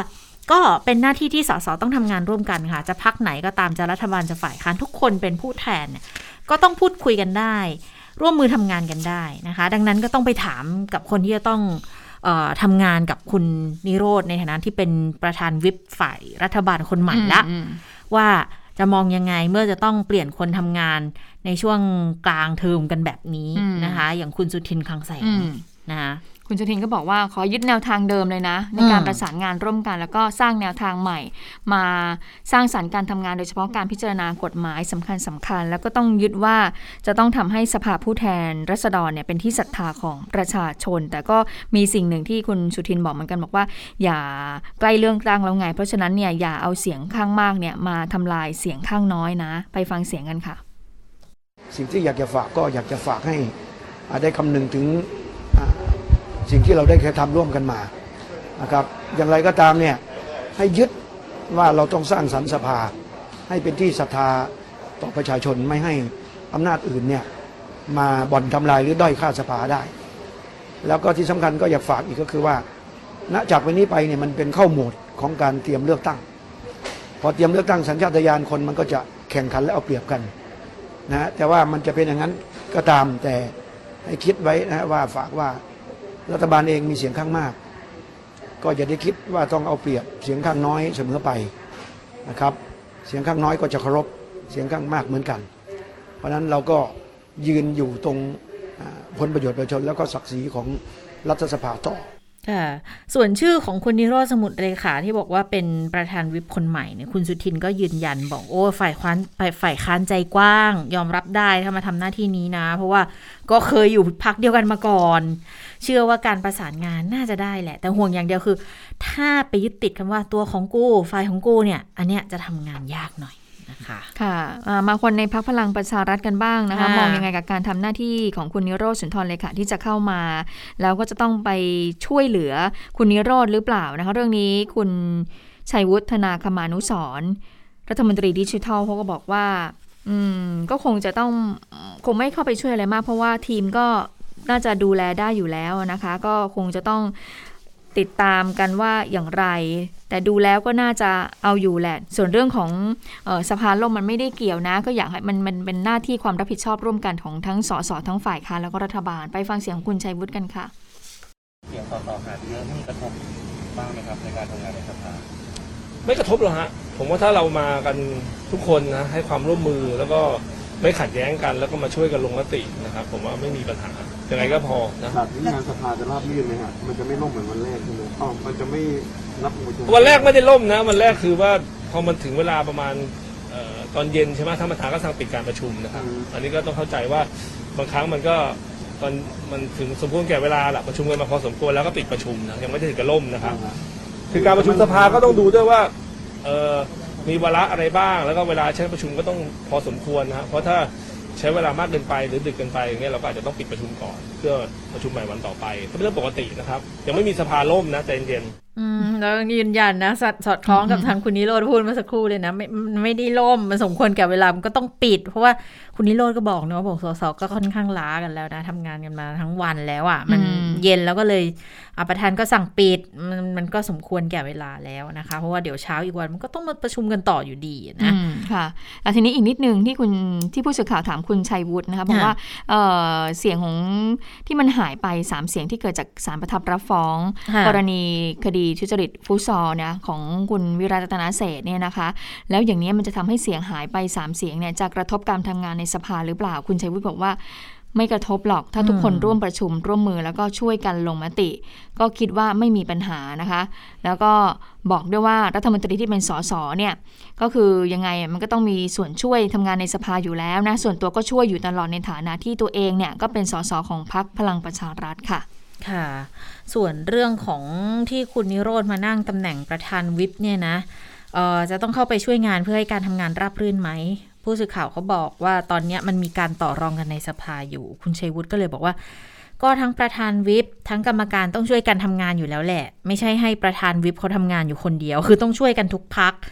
ก็เป็นหน้าที่ที่สสต้องทำงานร่วมกันค่ะจะพรรคไหนก็ตามจะรัฐบาลจะฝ่ายค้านทุกคนเป็นผู้แทนเนี่ยก็ต้องพูดคุยกันได้ร่วมมือทำงานกันได้นะคะดังนั้นก็ต้องไปถามกับคนที่จะต้องทำงานกับคุณนิโรธในฐานะที่เป็นประธานวิปฝ่ายรัฐบาลคนใหม่ละว่าจะมองยังไงเมื่อจะต้องเปลี่ยนคนทำงานในช่วงกลางเทอมกันแบบนี้นะคะอย่างคุณสุทินคลังแสงนะคะคุณสุทินก็บอกว่าขอยึดแนวทางเดิมเลยนะในการประสานงานร่วมกันแล้วก็สร้างแนวทางใหม่มาสร้างสรรค์การทำงานโดยเฉพาะการพิจารณากฎหมายสำคัญแล้วก็ต้องยึดว่าจะต้องทำให้สภาผู้แทนราษฎรเนี่ยเป็นที่ศรัทธาของประชาชนแต่ก็มีสิ่งหนึ่งที่คุณสุทินบอกเหมือนกันบอกว่าอย่าใกล้เรื่องตั้งแล้วไงเพราะฉะนั้นเนี่ยอย่าเอาเสียงข้างมากเนี่ยมาทำลายเสียงข้างน้อยนะไปฟังเสียงกันค่ะสิ่งที่อยากจะฝากก็อยากจะฝากให้ได้คำนึงถึงสิ่งที่เราได้เคยทำร่วมกันมานะครับอย่างไรก็ตามเนี่ยให้ยึดว่าเราต้องสร้างสรรค์สภาให้เป็นที่ศรัทธาต่อประชาชนไม่ให้อำนาจอื่นเนี่ยมาบ่อนทำลายหรือด้อยค่าสภาได้แล้วก็ที่สำคัญก็อยากฝากอีกก็คือว่าณจากวันนี้ไปเนี่ยมันเป็นเข้าโหมดของการเตรียมเลือกตั้งพอเตรียมเลือกตั้งสัญชาตญาณคนมันก็จะแข่งขันและเอาเปรียบกันนะแต่ว่ามันจะเป็นอย่างนั้นก็ตามแต่ให้คิดไว้นะว่าฝากว่ารัฐบาลเองมีเสียงข้างมากก็อย่าได้คิดว่าต้องเอาเปรียบเสียงข้างน้อยเสมอไปนะครับเสียงข้างน้อยก็จะเคารพเสียงข้างมากเหมือนกันเพราะฉะนั้นเราก็ยืนอยู่ตรงผลประโยชน์ประชาชนแล้วก็ศักดิ์ศรีของรัฐสภาต่อส่วนชื่อของคุณนิโรธสมุทรเลขาที่บอกว่าเป็นประธานวิปคนใหม่เนี่ยคุณสุทินก็ยืนยันบอกฝ่ายค้านใจกว้างยอมรับได้ถ้ามาทำหน้าที่นี้นะเพราะว่าก็เคยอยู่พรรคเดียวกันมาก่อนเชื่อว่าการประสานงานน่าจะได้แหละแต่ห่วงอย่างเดียวคือถ้าไปยึดติดคำว่าตัวของกูฝ่ายของกูเนี่ยอันเนี้ยจะทำงานยากหน่อยค่ะมาคนในพรรคพลังประชารัฐกันบ้างนะคะมองยังไงกับการทำหน้าที่ของคุณนิโรธสุนทรเลขาที่จะเข้ามาแล้วก็จะต้องไปช่วยเหลือคุณนิโรธหรือเปล่านะคะเรื่องนี้คุณชัยวุฒิธนาคมานุสรณ์รัฐมนตรีดิจิทัลเขาก็บอกว่าก็คงไม่เข้าไปช่วยอะไรมากเพราะว่าทีมก็น่าจะดูแลได้อยู่แล้วนะคะก็คงจะต้องติดตามกันว่าอย่างไรแต่ดูแล้วก็น่าจะเอาอยู่แหละส่วนเรื่องของสภาล่มมันไม่ได้เกี่ยวนะก็อยากให้มันเป็นหน้าที่ความรับผิดชอบร่วมกันของทั้งสสทั้งฝ่ายค้านแล้วก็รัฐบาลไปฟังเสียงคุณชัยวุฒิกันค่ะเสียงสสหายเยอะมีกระทบบ้างไหมครับในการทำงานในสภาไม่กระทบหรอกฮะผมว่าถ้าเรามากันทุกคนนะให้ความร่วมมือแล้วก็ไม่ขัดแย้งกันแล้วก็มาช่วยกันลงมตินะครับผมว่าไม่มีปัญหายังไงก็พอนะครับงานสภาจะราบรื่นไหมฮะมันจะไม่ล่มเหมือนวันแรกใช่ไหมมันจะไม่นับวันแรกไม่ได้ล่มนะวันแรกคือว่าพอมันถึงเวลาประมาณตอนเย็นใช่ไหมท่านประธานก็สั่งปิดการประชุมนะครับอันนี้ก็ต้องเข้าใจว่าบางครั้งมันก็ตอนมันถึงสมควรแก่เวลาแหละประชุมกันมาพอสมควรแล้วก็ปิดประชุมนะยังไม่ได้ถึงกับล่มนะครับคือการประชุมสภาก็ต้องดูด้วยว่ามีวาระอะไรบ้างแล้วก็เวลาใช้ประชุมก็ต้องพอสมควรนะเพราะถ้าใช้เวลามากเกินไปหรือดึกเกินไปอย่างเงี้ยเราก็อาจจะต้องปิดประชุมก่อนเพื่อประชุมใหม่วันต่อไปก็เป็นเรื่องปกตินะครับยังไม่มีสภาล่มนะใจเย็นแล้วยืนยันนะสอดคล้องกับทางคุณนิโรธพูดเมื่อสักครู่เลยนะไม่ได้ล่มมันสมควรแก่เวลามันก็ต้องปิดเพราะว่าคุณนิโรธก็บอกนะว่าบอกส.ก็ค่อนข้างล้ากันแล้วนะทำงานกันมาทั้งวันแล้วอ่ะมันเย็นแล้วก็เลยประธานก็สั่งปิดมันก็สมควรแก่เวลาแล้วนะคะเพราะว่าเดี๋ยวเช้าอีกวันมันก็ต้องมาประชุมกันต่ออยู่ดีนะค่ะแล้วทีนี้อีกนิดนึงที่ผู้สื่อข่าวถามคุณชัยวุฒินะคะบอกว่าเสียงของที่มันหายไป3เสียงที่เกิดจากศาลประทับรับฟ้องกรณีคดีทุจริตฟุตซอลนะของคุณวิรัต รัตนเศรษฐ์เนี่ยนะคะแล้วอย่างนี้มันจะทำให้เสียงหายไป3เสียงเนี่ยจะกระทบการทำงานในสภาหรือเปล่าคุณชัยวุฒิบอกว่าไม่กระทบหรอกถ้าทุกคนร่วมประชุมร่วมมือแล้วก็ช่วยกันลงมติก็คิดว่าไม่มีปัญหานะคะแล้วก็บอกด้วยว่ารัฐมนตรีที่เป็นสสเนี่ยก็คือยังไงมันก็ต้องมีส่วนช่วยทำงานในสภาอยู่แล้วนะส่วนตัวก็ช่วยอยู่ตลอดในฐานะที่ตัวเองเนี่ยก็เป็นสสของพรรคพลังประชารัฐค่ะค่ะส่วนเรื่องของที่คุณนิโรธมานั่งตำแหน่งประธานวิปเนี่ยนะจะต้องเข้าไปช่วยงานเพื่อให้การทำงานราบรื่นไหมผู้สื่อข่าวเขาบอกว่าตอนนี้มันมีการต่อรองกันในสภาอยู่คุณชัยวุฒิก็เลยบอกว่าก็ทั้งประธานวิปทั้งกรรมการต้องช่วยกันทำงานอยู่แล้วแหละไม่ใช่ให้ประธานวิปเขาทำงานอยู่คนเดียวคือต้องช่วยกันทุกพรรค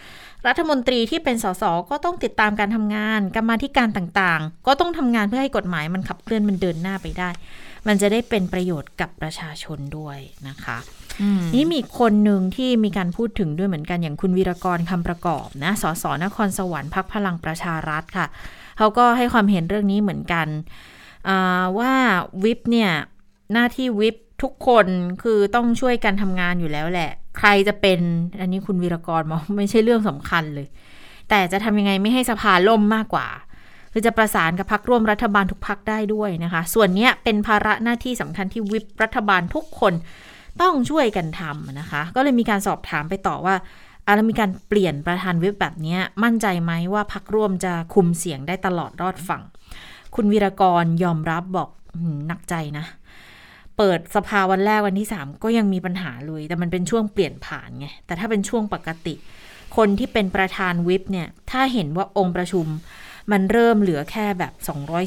รัฐมนตรีที่เป็นสสก็ต้องติดตามการทำงานกรรมาธิการต่างๆก็ต้องทำงานเพื่อให้กฎหมายมันขับเคลื่อนมันเดินหน้าไปได้มันจะได้เป็นประโยชน์กับประชาชนด้วยนะคะนี่มีคนหนึ่งที่มีการพูดถึงด้วยเหมือนกันอย่างคุณวีรกรคำประกอบนะสสนครสวรรค์พรรคพลังประชารัฐค่ะเขาก็ให้ความเห็นเรื่องนี้เหมือนกันว่าวิปเนี่ยหน้าที่วิปทุกคนคือต้องช่วยกันทำงานอยู่แล้วแหละใครจะเป็นอันนี้คุณวีรกรบอกไม่ใช่เรื่องสำคัญเลยแต่จะทำยังไงไม่ให้สภาล่มมากกว่าคือจะประสานกับพรรคร่วมรัฐบาลทุกพรรคได้ด้วยนะคะส่วนนี้เป็นภาระหน้าที่สำคัญที่วิปรัฐบาลทุกคนต้องช่วยกันทำนะคะก็เลยมีการสอบถามไปต่อว่าแล้วมีการเปลี่ยนประธานวิปแบบนี้มั่นใจไหมว่าพรรคร่วมจะคุมเสียงได้ตลอดรอดฝั่งคุณวีรกรยอมรับบอกหนักใจนะเปิดสภาวันแรกวันที่3ก็ยังมีปัญหาเลยแต่มันเป็นช่วงเปลี่ยนผ่านไงแต่ถ้าเป็นช่วงปกติคนที่เป็นประธานวิปเนี่ยถ้าเห็นว่าองค์ประชุมมันเริ่มเหลือแค่แบบ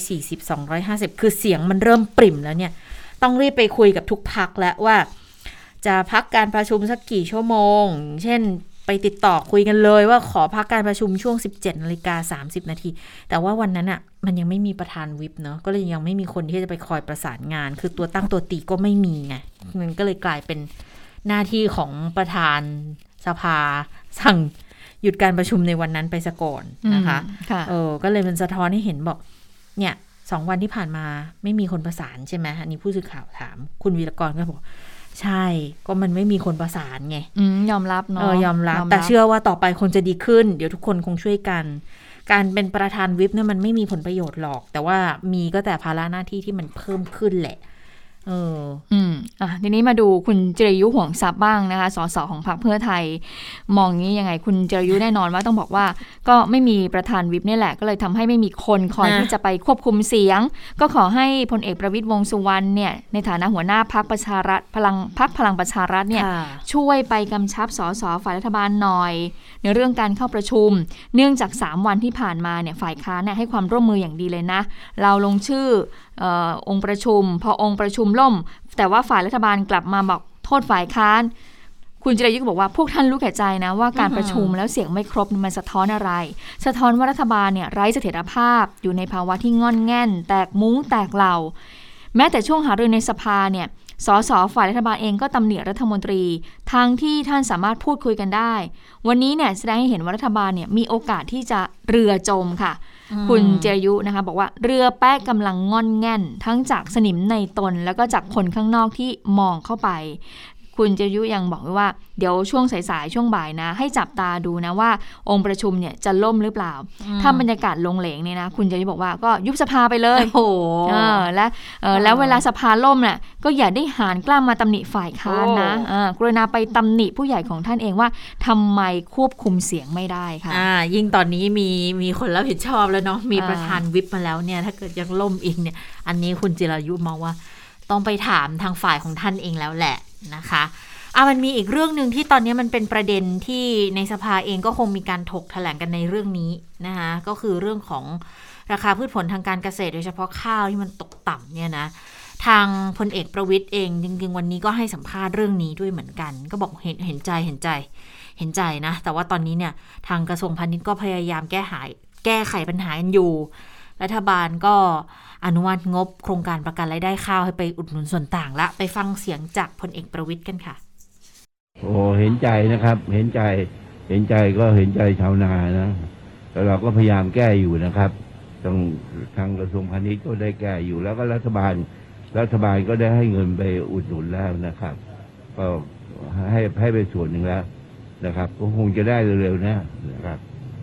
240 250คือเสียงมันเริ่มปริ่มแล้วเนี่ยต้องรีบไปคุยกับทุกพรรคแล้วว่าจะพักการประชุมสักกี่ชั่วโมงเช่นไปติดต่อคุยกันเลยว่าขอพักการประชุมช่วง 17:30 น.แต่ว่าวันนั้นอ่ะมันยังไม่มีประธานวิปเนาะก็เลยยังไม่มีคนที่จะไปคอยประสานงานคือตัวตั้งตัวตีก็ไม่มีไงมันก็เลยกลายเป็นหน้าที่ของประธานสภาสั่งหยุดการประชุมในวันนั้นไปซะก่อนนะคะก็เลยมันสะท้อนให้เห็นบอกเนี่ย2 วันที่ผ่านมาไม่มีคนประสานใช่ไหมอันนี้ผู้สื่อข่าวถามคุณวีรกรก็บอกใช่ก็มันไม่มีคนประสานไงยอมรับเนาะยอมรับแต่เชื่อว่าต่อไปคนจะดีขึ้นเดี๋ยวทุกคนคงช่วยกันการเป็นประธานวิปเนี่ยมันไม่มีผลประโยชน์หรอกแต่ว่ามีก็แต่ภาระหน้าที่ที่มันเพิ่มขึ้นแหละทีนี้มาดูคุณจิรายุห่วงทรัพย์บ้างนะคะสสของพรรคเพื่อไทยมองงี้ยังไงคุณจิรายุแน่นอนว่าต้องบอกว่าก็ไม่มีประธานวิปนี่แหละก็เลยทำให้ไม่มีคนคอยที่จะไปควบคุมเสียงก็ขอให้พลเอกประวิตรวงษ์สุวรรณเนี่ยในฐานะหัวหน้าพรรคประชารัฐพลังประชารัฐเนี่ยช่วยไปกำชับสสฝ่ายรัฐบาลหน่อยในเรื่องการเข้าประชุมเนื่องจาก3 วันที่ผ่านมาเนี่ยฝ่ายค้านเนี่ยให้ความร่วมมืออย่างดีเลยนะเราลงชื่อองค์ประชุมพอองค์ประชุมล่มแต่ว่าฝ่ายรัฐบาลกลับมาบอกโทษฝ่ายค้านคุณจิรายุก็บอกว่าพวกท่านรู้แก่ใจนะว่าการประชุมแล้วเสียงไม่ครบมันสะท้อนอะไรสะท้อนว่ารัฐบาลเนี่ยไร้เสถียรภาพอยู่ในภาวะที่งอนแง่นแตกมุ้งแตกเหล่าแม้แต่ช่วงหารือในสภาเนี่ยสสฝ่ายรัฐบาลเองก็ตำหนิรัฐมนตรีทั้งที่ท่านสามารถพูดคุยกันได้วันนี้เนี่ยแสดงให้เห็นว่ารัฐบาลเนี่ยมีโอกาสที่จะเรือจมค่ะคุณจิรายุนะคะบอกว่าเรือแป๊ะกำลังงอนแง่นทั้งจากสนิมในตนแล้วก็จากคนข้างนอกที่มองเข้าไปคุณจิรายุยังบอกว่าเดี๋ยวช่วงสายๆช่วงบ่ายนะให้จับตาดูนะว่าองค์ประชุมเนี่ยจะล่มหรือเปล่าถ้าบรรยากาศลงเหลงเนี่ยนะคุณจิรายุบอกว่าก็ยุบสภาไปเลยโอ้โหแล้วเวลาสภาล่มเนี่ยก็อย่าได้หาญกล้ามาตำหนิฝ่ายค้านนะกรุณาไปตำหนิผู้ใหญ่ของท่านเองว่าทำไมควบคุมเสียงไม่ได้ค่ะยิ่งตอนนี้มีคนรับผิดชอบแล้วเนาะมีประธานวิปมาแล้วเนี่ยถ้าเกิดยังล่มอีกเนี่ยอันนี้คุณจิรายุมองว่าต้องไปถามทางฝ่ายของท่านเองแล้วแหละนะคะมันมีอีกเรื่องนึงที่ตอนนี้มันเป็นประเด็นที่ในสภาเองก็คงมีการถกแถลงกันในเรื่องนี้นะคะก็คือเรื่องของราคาพืชผลทางการเกษตรโดยเฉพาะข้าวที่มันตกต่ำเนี่ยนะทางพลเอกประวิตรเองจริงๆวันนี้ก็ให้สัมภาษณ์เรื่องนี้ด้วยเหมือนกันก็บอกเห็นใจนะแต่ว่าตอนนี้เนี่ยทางกระทรวงพาณิชย์ก็พยายามแก้ไขปัญหากันอยู่รัฐบาลก็อนุมัติงบโครงการประกันรายได้ข้าวให้ไปอุดหนุนส่วนต่างละไปฟังเสียงจากพลเอกประวิตรกันค่ะเห็นใจนะครับเห็นใจก็เห็นใจชาวนานะแต่เราก็พยายามแก้อยู่นะครับทางกระทรวงพาณิชย์ก็ได้แก้อยู่แล้วก็รัฐบาลก็ได้ให้เงินไปอุดหนุนแล้วนะครับก็ให้ไปส่วนหนึ่งแล้วนะครับก็คงจะได้เร็วๆนะครับ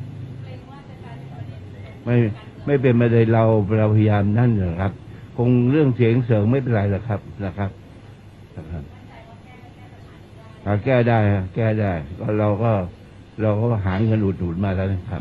ไม่เป็นประเด็นเราพยายามนั่นนะครับคงเรื่องเสียงเสริมไม่เป็นไรหรอกครับนะครับแก้ได้ก็เราก็หาเงินอุดหนุนมาแล้วนะครับ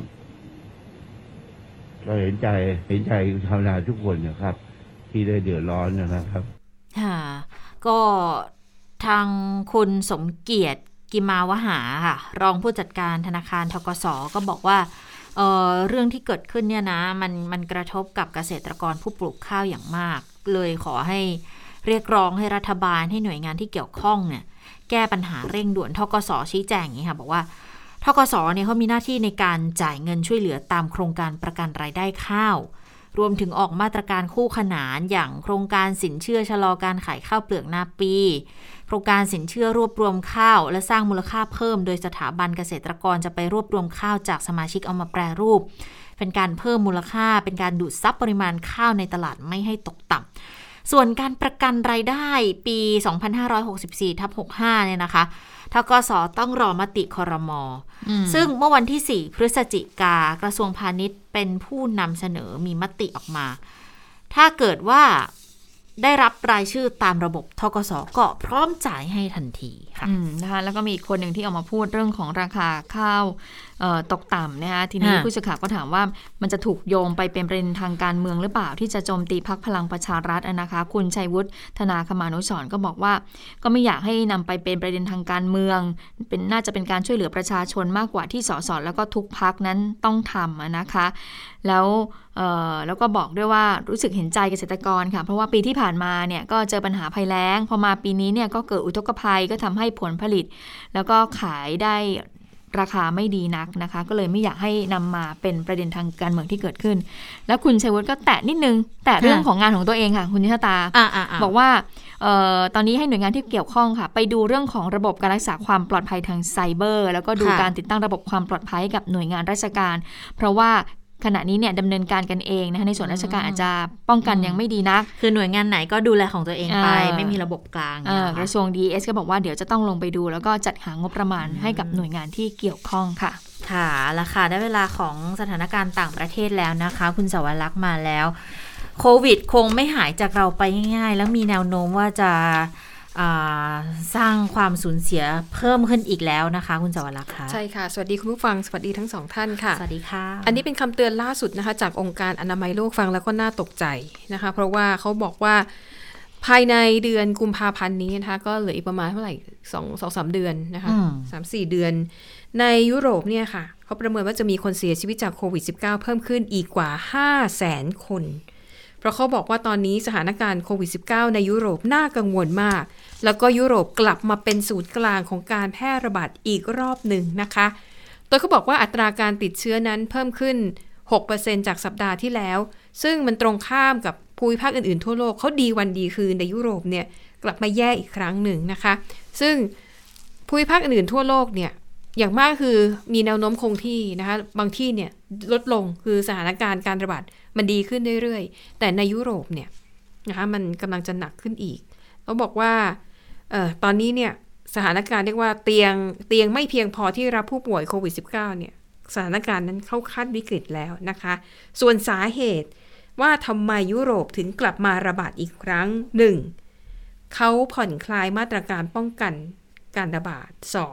ก็เห็นใจชาวนาทุกคนนะครับที่ได้เดือดร้อนนะครับค่ะก็ทางคุณสมเกียรติกิมาวหาค่ะรองผู้จัดการธนาคารธกส.ก็บอกว่าเรื่องที่เกิดขึ้นเนี่ยนะมันกระทบกับเกษตรกรผู้ปลูกข้าวอย่างมากเลยขอให้เรียกร้องให้รัฐบาลให้หน่วยงานที่เกี่ยวข้องเนี่ยแก้ปัญหาเร่งด่วนธกส.ชี้แจงอย่างนี้ค่ะบอกว่าธกสเนี่ยเขามีหน้าที่ในการจ่ายเงินช่วยเหลือตามโครงการประกันรายได้ข้าวรวมถึงออกมาตรการคู่ขนานอย่างโครงการสินเชื่อชะลอการขายข้าวเปลือกนาปีโครงการสินเชื่อรวบรวมข้าวและสร้างมูลค่าเพิ่มโดยสถาบันเกษตรกรจะไปรวบรวมข้าวจากสมาชิกเอามาแปรรูปเป็นการเพิ่มมูลค่าเป็นการดูดซับปริมาณข้าวในตลาดไม่ให้ตกต่ำส่วนการประกันรายได้ปี 2564/65 เนี่ยนะคะธกสต้องรอมติครม.ซึ่งเมื่อวันที่ 4 พฤศจิกากระทรวงพาณิชย์เป็นผู้นำเสนอมีมติออกมาถ้าเกิดว่าได้รับรายชื่อตามระบบธกสก็พร้อมจ่ายให้ทันทีค่ะนะคะแล้วก็มีอีกคนหนึ่งที่ออกมาพูดเรื่องของราคาข้าวตกต่ำนะคะทีนี้ผู้สื่อข่าวก็ถามว่ามันจะถูกโยงไปเป็นประเด็นทางการเมืองหรือเปล่าที่จะโจมตีพรรคพลังประชารัฐนะคะคุณชัยวุฒิธนาคมานุสรณ์ก็บอกว่าก็ไม่อยากให้นำไปเป็นประเด็นทางการเมืองน่าจะเป็นการช่วยเหลือประชาชนมากกว่าที่สสแล้วก็ทุกพรรคนั้นต้องทำนะคะแล้วก็บอกด้วยว่ารู้สึกเห็นใจเกษตรกรค่ะเพราะว่าปีที่ผ่านมาเนี่ยก็เจอปัญหาภัยแล้งพอมาปีนี้เนี่ยก็เกิดอุทกภัยก็ทำให้ผลผลิตแล้วก็ขายได้ราคาไม่ดีนักนะคะก็เลยไม่อยากให้นำมาเป็นประเด็นทางการเมืองที่เกิดขึ้นแล้วคุณชัยวุฒิก็แตะนิดนึงแต่เรื่องของงานของตัวเองค่ะคุณนิชตาบอกว่าตอนนี้ให้หน่วยงานที่เกี่ยวข้องค่ะไปดูเรื่องของระบบการรักษาความปลอดภัยทางไซเบอร์แล้วก็ดูการติดตั้งระบบความปลอดภัยกับหน่วยงานราชการเพราะว่าขณะนี้เนี่ยดำเนินการกันเองนะคะในส่วนราชการอาจจะป้องกันยังไม่ดีนักคือหน่วยงานไหนก็ดูแลของตัวเองไปไม่มีระบบกลางกระทรวง DS ก็บอกว่าเดี๋ยวจะต้องลงไปดูแล้วก็จัดหางบประมาณให้กับหน่วยงานที่เกี่ยวข้องค่ะค่ะแล้วค่ะได้เวลาของสถานการณ์ต่างประเทศแล้วนะคะคุณสวรักษ์มาแล้วโควิดคงไม่หายจากเราไปง่ายๆแล้วมีแนวโน้มว่าจะสร้างความสูญเสียเพิ่มขึ้นอีกแล้วนะคะคุณสวรักษ์ค่ะใช่ค่ะสวัสดีคุณผู้ฟังสวัสดีทั้งสองท่านค่ะสวัสดีค่ะอันนี้เป็นคำเตือนล่าสุดนะคะจากองค์การอนามัยโลกฟังแล้วก็น่าตกใจนะคะเพราะว่าเขาบอกว่าภายในเดือนกุมภาพันธ์นี้นะคะก็เหลืออีกประมาณเท่าไหร่2-3 เดือนนะคะ 3-4 เดือนในยุโรปเนี่ยค่ะเขาประเมินว่าจะมีคนเสียชีวิตจากโควิด -19 เพิ่มขึ้นอีกกว่า 500,000 คนเพราะเขาบอกว่าตอนนี้สถานการณ์โควิด -19 ในยุโรปน่ากังวลมากแล้วก็ยุโรปกลับมาเป็นศูนย์กลางของการแพร่ระบาดอีกรอบหนึ่งนะคะโดยเขาบอกว่าอัตราการติดเชื้อนั้นเพิ่มขึ้น 6% จากสัปดาห์ที่แล้วซึ่งมันตรงข้ามกับภูมิภาคอื่นๆทั่วโลกเขาดีวันดีคืนในยุโรปเนี่ยกลับมาแย่อีกครั้งหนึ่งนะคะซึ่งภูมิภาคอื่นๆทั่วโลกเนี่ยอย่างมากคือมีแนวโน้มคงที่นะคะบางที่เนี่ยลดลงคือสถานการณ์การระบาดมันดีขึ้นเรื่อยๆแต่ในยุโรปเนี่ยนะคะมันกำลังจะหนักขึ้นอีกเขาบอกว่าตอนนี้เนี่ยสถานการณ์เรียกว่าเตียงไม่เพียงพอที่รับผู้ป่วยโควิด -19 เนี่ยสถานการณ์นั้นเข้าขั้นวิกฤตแล้วนะคะส่วนสาเหตุว่าทำไมยุโรปถึงกลับมาระบาดอีกครั้ง 1. เขาผ่อนคลายมาตรการป้องกันการระบาด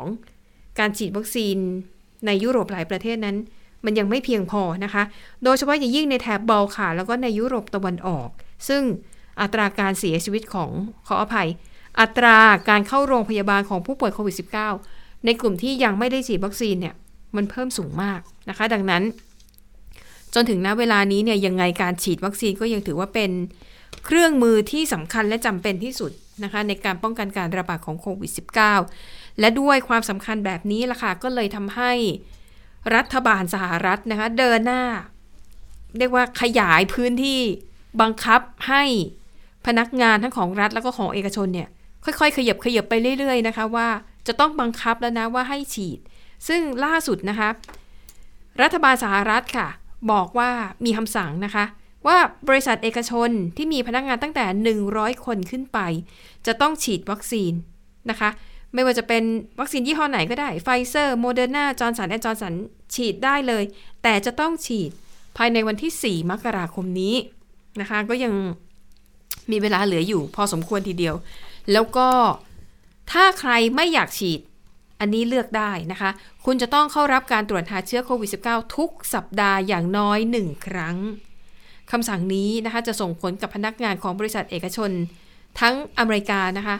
2. การฉีดวัคซีนในยุโรปหลายประเทศนั้นมันยังไม่เพียงพอนะคะโดยเฉพาะอย่างยิ่งในแถบบอลข่านแล้วก็ในยุโรปตะวันออกซึ่งอัตราการเสียชีวิตของขออภัยอัตราการเข้าโรงพยาบาลของผู้ป่วยโควิด -19 ในกลุ่มที่ยังไม่ได้ฉีดวัคซีนเนี่ยมันเพิ่มสูงมากนะคะดังนั้นจนถึงณเวลานี้เนี่ยยังไงการฉีดวัคซีนก็ยังถือว่าเป็นเครื่องมือที่สำคัญและจำเป็นที่สุดนะคะในการป้องกันการระบาดของโควิด -19 และด้วยความสำคัญแบบนี้ล่ะค่ะก็เลยทำให้รัฐบาลสหรัฐนะคะเดินหน้าเรียกว่าขยายพื้นที่บังคับให้พนักงานทั้งของรัฐแล้วก็ของเอกชนเนี่ยค่อยๆขยับไปเรื่อยๆนะคะว่าจะต้องบังคับแล้วนะว่าให้ฉีดซึ่งล่าสุดนะคะรัฐบาลสหรัฐค่ะบอกว่ามีคำสั่งนะคะว่าบริษัทเอกชนที่มีพนักงานตั้งแต่100 คนขึ้นไปจะต้องฉีดวัคซีนนะคะไม่ว่าจะเป็นวัคซีนยี่ห้อไหนก็ได้ไฟเซอร์โมเดอร์นาจอห์นสัน& จอห์นสันฉีดได้เลยแต่จะต้องฉีดภายในวันที่4 มกราคมนี้นะคะก็ยังมีเวลาเหลืออยู่พอสมควรทีเดียวแล้วก็ถ้าใครไม่อยากฉีดอันนี้เลือกได้นะคะคุณจะต้องเข้ารับการตรวจหาเชื้อโควิด -19 ทุกสัปดาห์อย่างน้อย1 ครั้งคำสั่งนี้นะคะจะส่งผลกับพนักงานของบริษัทเอกชนทั้งอเมริกานะคะ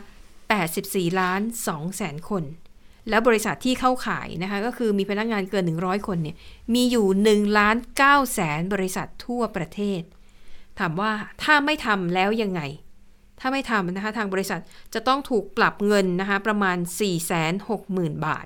84,200,000 คนแล้วบริษัทที่เข้าขายนะคะก็คือมีพนักงานเกิน100 คนเนี่ยมีอยู่ 1,900,000 บริษัททั่วประเทศถามว่าถ้าไม่ทำแล้วยังไงถ้าไม่ทำนะคะทางบริษัทจะต้องถูกปรับเงินนะคะประมาณ 460,000 บาท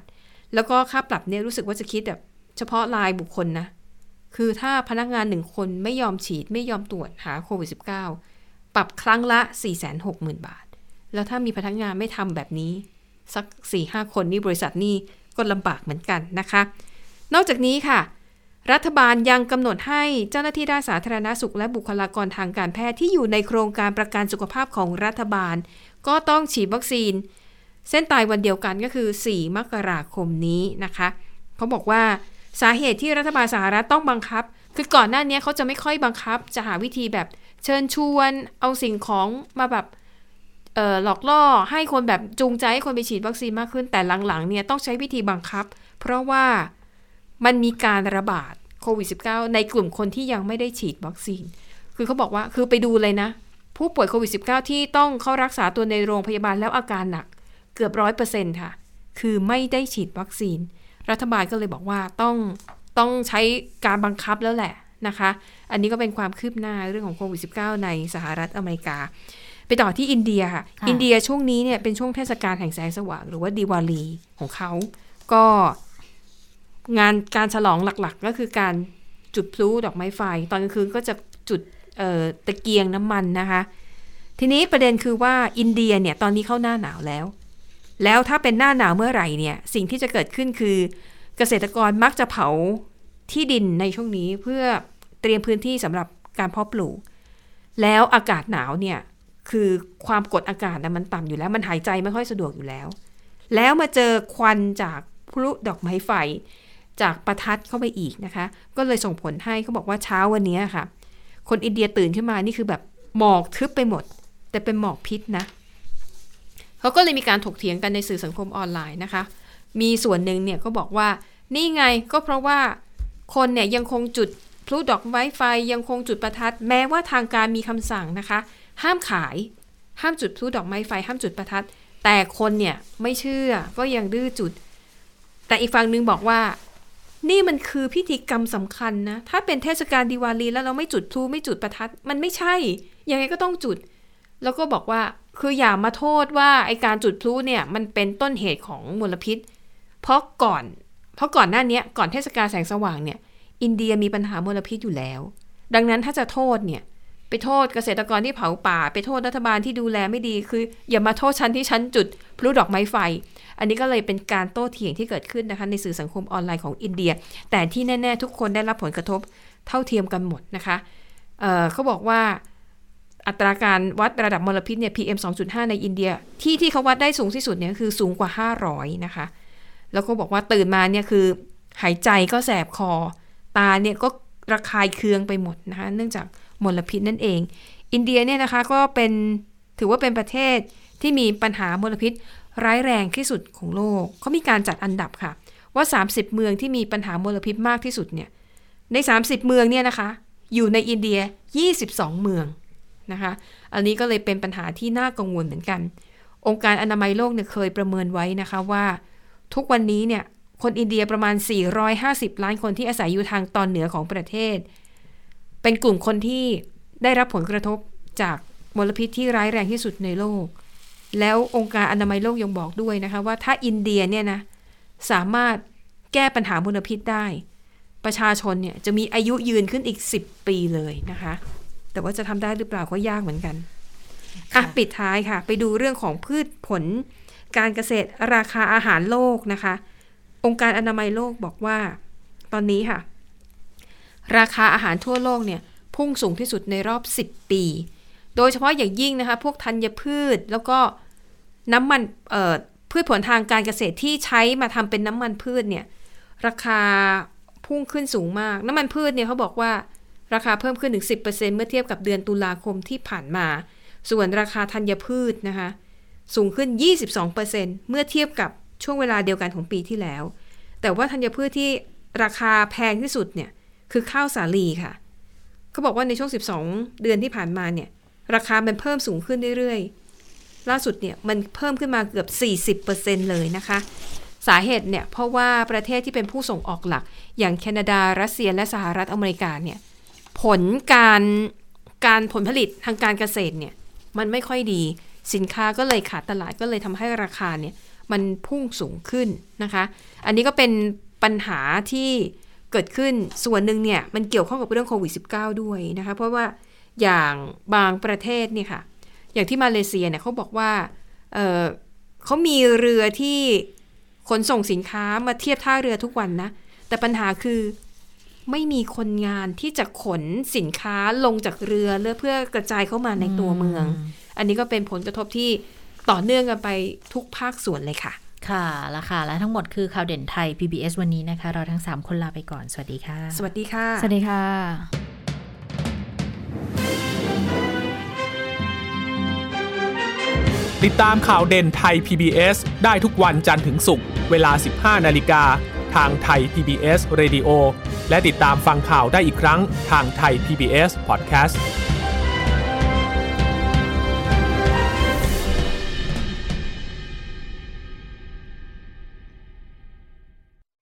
แล้วก็ค่าปรับเนี่ยรู้สึกว่าจะคิดแบบเฉพาะรายบุคคลนะคือถ้าพนักงาน1คนไม่ยอมฉีดไม่ยอมตรวจหาโควิด -19 ปรับครั้งละ 460,000 บาทแล้วถ้ามีพนักงานไม่ทำแบบนี้สัก 4-5 คนนี่บริษัทนี่ก็ลำบากเหมือนกันนะคะนอกจากนี้ค่ะรัฐบาลยังกำหนดให้เจ้าหน้าที่ด้านสาธารณสุขและบุคลากรทางการแพทย์ที่อยู่ในโครงการประกันสุขภาพของรัฐบาลก็ต้องฉีดวัคซีนเส้นตายวันเดียวกันก็คือ4 มกราคมนี้นะคะเขาบอกว่าสาเหตุที่รัฐบาลสหรัฐต้องบังคับคือก่อนหน้านี้เขาจะไม่ค่อยบังคับจะหาวิธีแบบเชิญชวนเอาสิ่งของมาแบบหลอกล่อให้คนแบบจูงใจให้คนไปฉีดวัคซีนมากขึ้นแต่หลังๆเนี่ยต้องใช้วิธีบังคับเพราะว่ามันมีการระบาดโควิด -19 ในกลุ่มคนที่ยังไม่ได้ฉีดวัคซีนคือเขาบอกว่าคือไปดูเลยนะผู้ป่วยโควิด -19 ที่ต้องเข้ารักษาตัวในโรงพยาบาลแล้วอาการหนักเกือบ 100% ค่ะคือไม่ได้ฉีดวัคซีนรัฐบาลก็เลยบอกว่าต้องใช้การบังคับแล้วแหละนะคะอันนี้ก็เป็นความคืบหน้าเรื่องของโควิด -19 ในสหรัฐอเมริกาไปต่อที่อินเดียค่ะอินเดียช่วงนี้เนี่ยเป็นช่วงเทศกาลแห่งแสงสว่างหรือว่าดิวาลีของเขาก็งานการฉลองหลักๆก็คือการจุดพลุดอกไม้ไฟตอนกลางคืนก็จะจุดตะเกียงน้ำมันนะคะทีนี้ประเด็นคือว่าอินเดียเนี่ยตอนนี้เข้าหน้าหนาวแล้วถ้าเป็นหน้าหนาวเมื่อไหร่เนี่ยสิ่งที่จะเกิดขึ้นคือเกษตรกรมักจะเผาที่ดินในช่วงนี้เพื่อเตรียมพื้นที่สำหรับการเพาะปลูกแล้วอากาศหนาวเนี่ยคือความกดอากาศมันต่ำอยู่แล้วมันหายใจไม่ค่อยสะดวกอยู่แล้วมาเจอควันจากพลุดอกไม้ไฟจากประทัดเข้าไปอีกนะคะก็เลยส่งผลให้เขาบอกว่าเช้าวันนี้ค่ะคนอินเดียตื่นขึ้นมานี่คือแบบหมอกทึบไปหมดแต่เป็นหมอกพิษนะเขาก็เลยมีการถกเถียงกันในสื่อสังคมออนไลน์นะคะมีส่วนหนึ่งเนี่ยก็บอกว่านี่ไงก็เพราะว่าคนเนี่ยยังคงจุดพลุดอกไม้ไฟยังคงจุดประทัดแม้ว่าทางการมีคำสั่งนะคะห้ามขายห้ามจุดพลุดอกไม้ไฟห้ามจุดประทัดแต่คนเนี่ยไม่เชื่อก็ยังดื้อจุดแต่อีกฝั่งนึงบอกว่านี่มันคือพิธีกรรมสำคัญนะถ้าเป็นเทศกาลดิวาลีแล้วเราไม่จุดพลุไม่จุดประทัดมันไม่ใช่ยังไงก็ต้องจุดแล้วก็บอกว่าคืออย่ามาโทษว่าไอการจุดพลุเนี่ยมันเป็นต้นเหตุของมลพิษเพราะก่อนหน้านี้ก่อนเทศกาลแสงสว่างเนี่ยอินเดียมีปัญหามลพิษอยู่แล้วดังนั้นถ้าจะโทษเนี่ยไปโทษเกษตรกรที่เผาป่าไปโทษรัฐบาลที่ดูแลไม่ดีคืออย่ามาโทษฉันที่ฉันจุดพลุดอกไม้ไฟอันนี้ก็เลยเป็นการโต้เถียงที่เกิดขึ้นนะคะในสื่อสังคมออนไลน์ของอินเดียแต่ที่แน่ๆทุกคนได้รับผลกระทบเท่าเทียมกันหมดนะคะเขาบอกว่าอัตราการวัดระดับมลพิษเนี่ย PM 2.5 ในอินเดียที่เขาวัดได้สูงที่สุดเนี่ยคือสูงกว่า500นะคะแล้วก็บอกว่าตื่นมาเนี่ยคือหายใจก็แสบคอตาเนี่ยก็ระคายเคืองไปหมดนะคะเนื่องจากมลพิษนั่นเองอินเดียเนี่ยนะคะก็ถือว่าเป็นประเทศที่มีปัญหามลพิษร้ายแรงที่สุดของโลกเขามีการจัดอันดับค่ะว่า30เมืองที่มีปัญหามลพิษมากที่สุดเนี่ยใน30เมืองเนี่ยนะคะอยู่ในอินเดีย22เมืองนะคะอันนี้ก็เลยเป็นปัญหาที่น่ากังวลเหมือนกันองค์การอนามัยโลกเนี่ยเคยประเมินไว้นะคะว่าทุกวันนี้เนี่ยคนอินเดียประมาณ450ล้านคนที่อาศัยอยู่ทางตอนเหนือของประเทศเป็นกลุ่มคนที่ได้รับผลกระทบจากมลพิษที่ร้ายแรงที่สุดในโลกแล้วองค์การอนามัยโลกยังบอกด้วยนะคะว่าถ้าอินเดียเนี่ยนะสามารถแก้ปัญหามลพิษได้ประชาชนเนี่ยจะมีอายุยืนขึ้นอีก10ปีเลยนะคะแต่ว่าจะทำได้หรือเปล่าก็ยากเหมือนกันปิดท้ายค่ะไปดูเรื่องของพืชผลการเกษตรราคาอาหารโลกนะคะองค์การอนามัยโลกบอกว่าตอนนี้ค่ะราคาอาหารทั่วโลกเนี่ยพุ่งสูงที่สุดในรอบ10ปีโดยเฉพาะอย่างยิ่งนะคะพวกธัญพืชแล้วก็น้ำมันพืชผลทางการเกษตรที่ใช้มาทำเป็นน้ำมันพืชเนี่ยราคาพุ่งขึ้นสูงมากน้ำมันพืชเนี่ยเขาบอกว่าราคาเพิ่มขึ้นถึง 10% เมื่อเทียบกับเดือนตุลาคมที่ผ่านมาส่วนราคาธัญพืชนะคะสูงขึ้น 22% เมื่อเทียบกับช่วงเวลาเดียวกันของปีที่แล้วแต่ว่าธัญพืชที่ราคาแพงที่สุดเนี่ยคือข้าวสาลีค่ะเขาบอกว่าในช่วง12เดือนที่ผ่านมาเนี่ยราคามันเพิ่มสูงขึ้นเรื่อยๆล่าสุดเนี่ยมันเพิ่มขึ้นมาเกือบ 40% เลยนะคะสาเหตุเนี่ยเพราะว่าประเทศที่เป็นผู้ส่งออกหลักอย่างแคนาดารัสเซียและสหรัฐอเมริกาเนี่ยผลผลิตทางการเกษตรเนี่ยมันไม่ค่อยดีสินค้าก็เลยขาดตลาดก็เลยทำให้ราคาเนี่ยมันพุ่งสูงขึ้นนะคะอันนี้ก็เป็นปัญหาที่เกิดขึ้นส่วนหนึ่งเนี่ยมันเกี่ยวข้องกับเรื่องโควิด -19 ด้วยนะคะเพราะว่าอย่างบางประเทศเนี่ยค่ะอย่างที่มาเลเซียเนี่ยเขาบอกว่าเขามีเรือที่ขนส่งสินค้ามาเทียบท่าเรือทุกวันนะแต่ปัญหาคือไม่มีคนงานที่จะขนสินค้าลงจากเรือเพื่อกระจายเข้ามาในตัวเมืองอันนี้ก็เป็นผลกระทบที่ต่อเนื่องกันไปทุกภาคส่วนเลยค่ะค่ะแล้วค่ะและทั้งหมดคือข่าวเด่นไทย PBS วันนี้นะคะเราทั้ง3คนลาไปก่อนสวัสดีค่ะสวัสดีค่ะสวัสดีค่ะติดตามข่าวเด่นไทย PBS ได้ทุกวันจันทร์ถึงศุกร์เวลา 15 นาฬิกาทางไทย PBS Radio และติดตามฟังข่าวได้อีกครั้งทางไทย PBS Podcast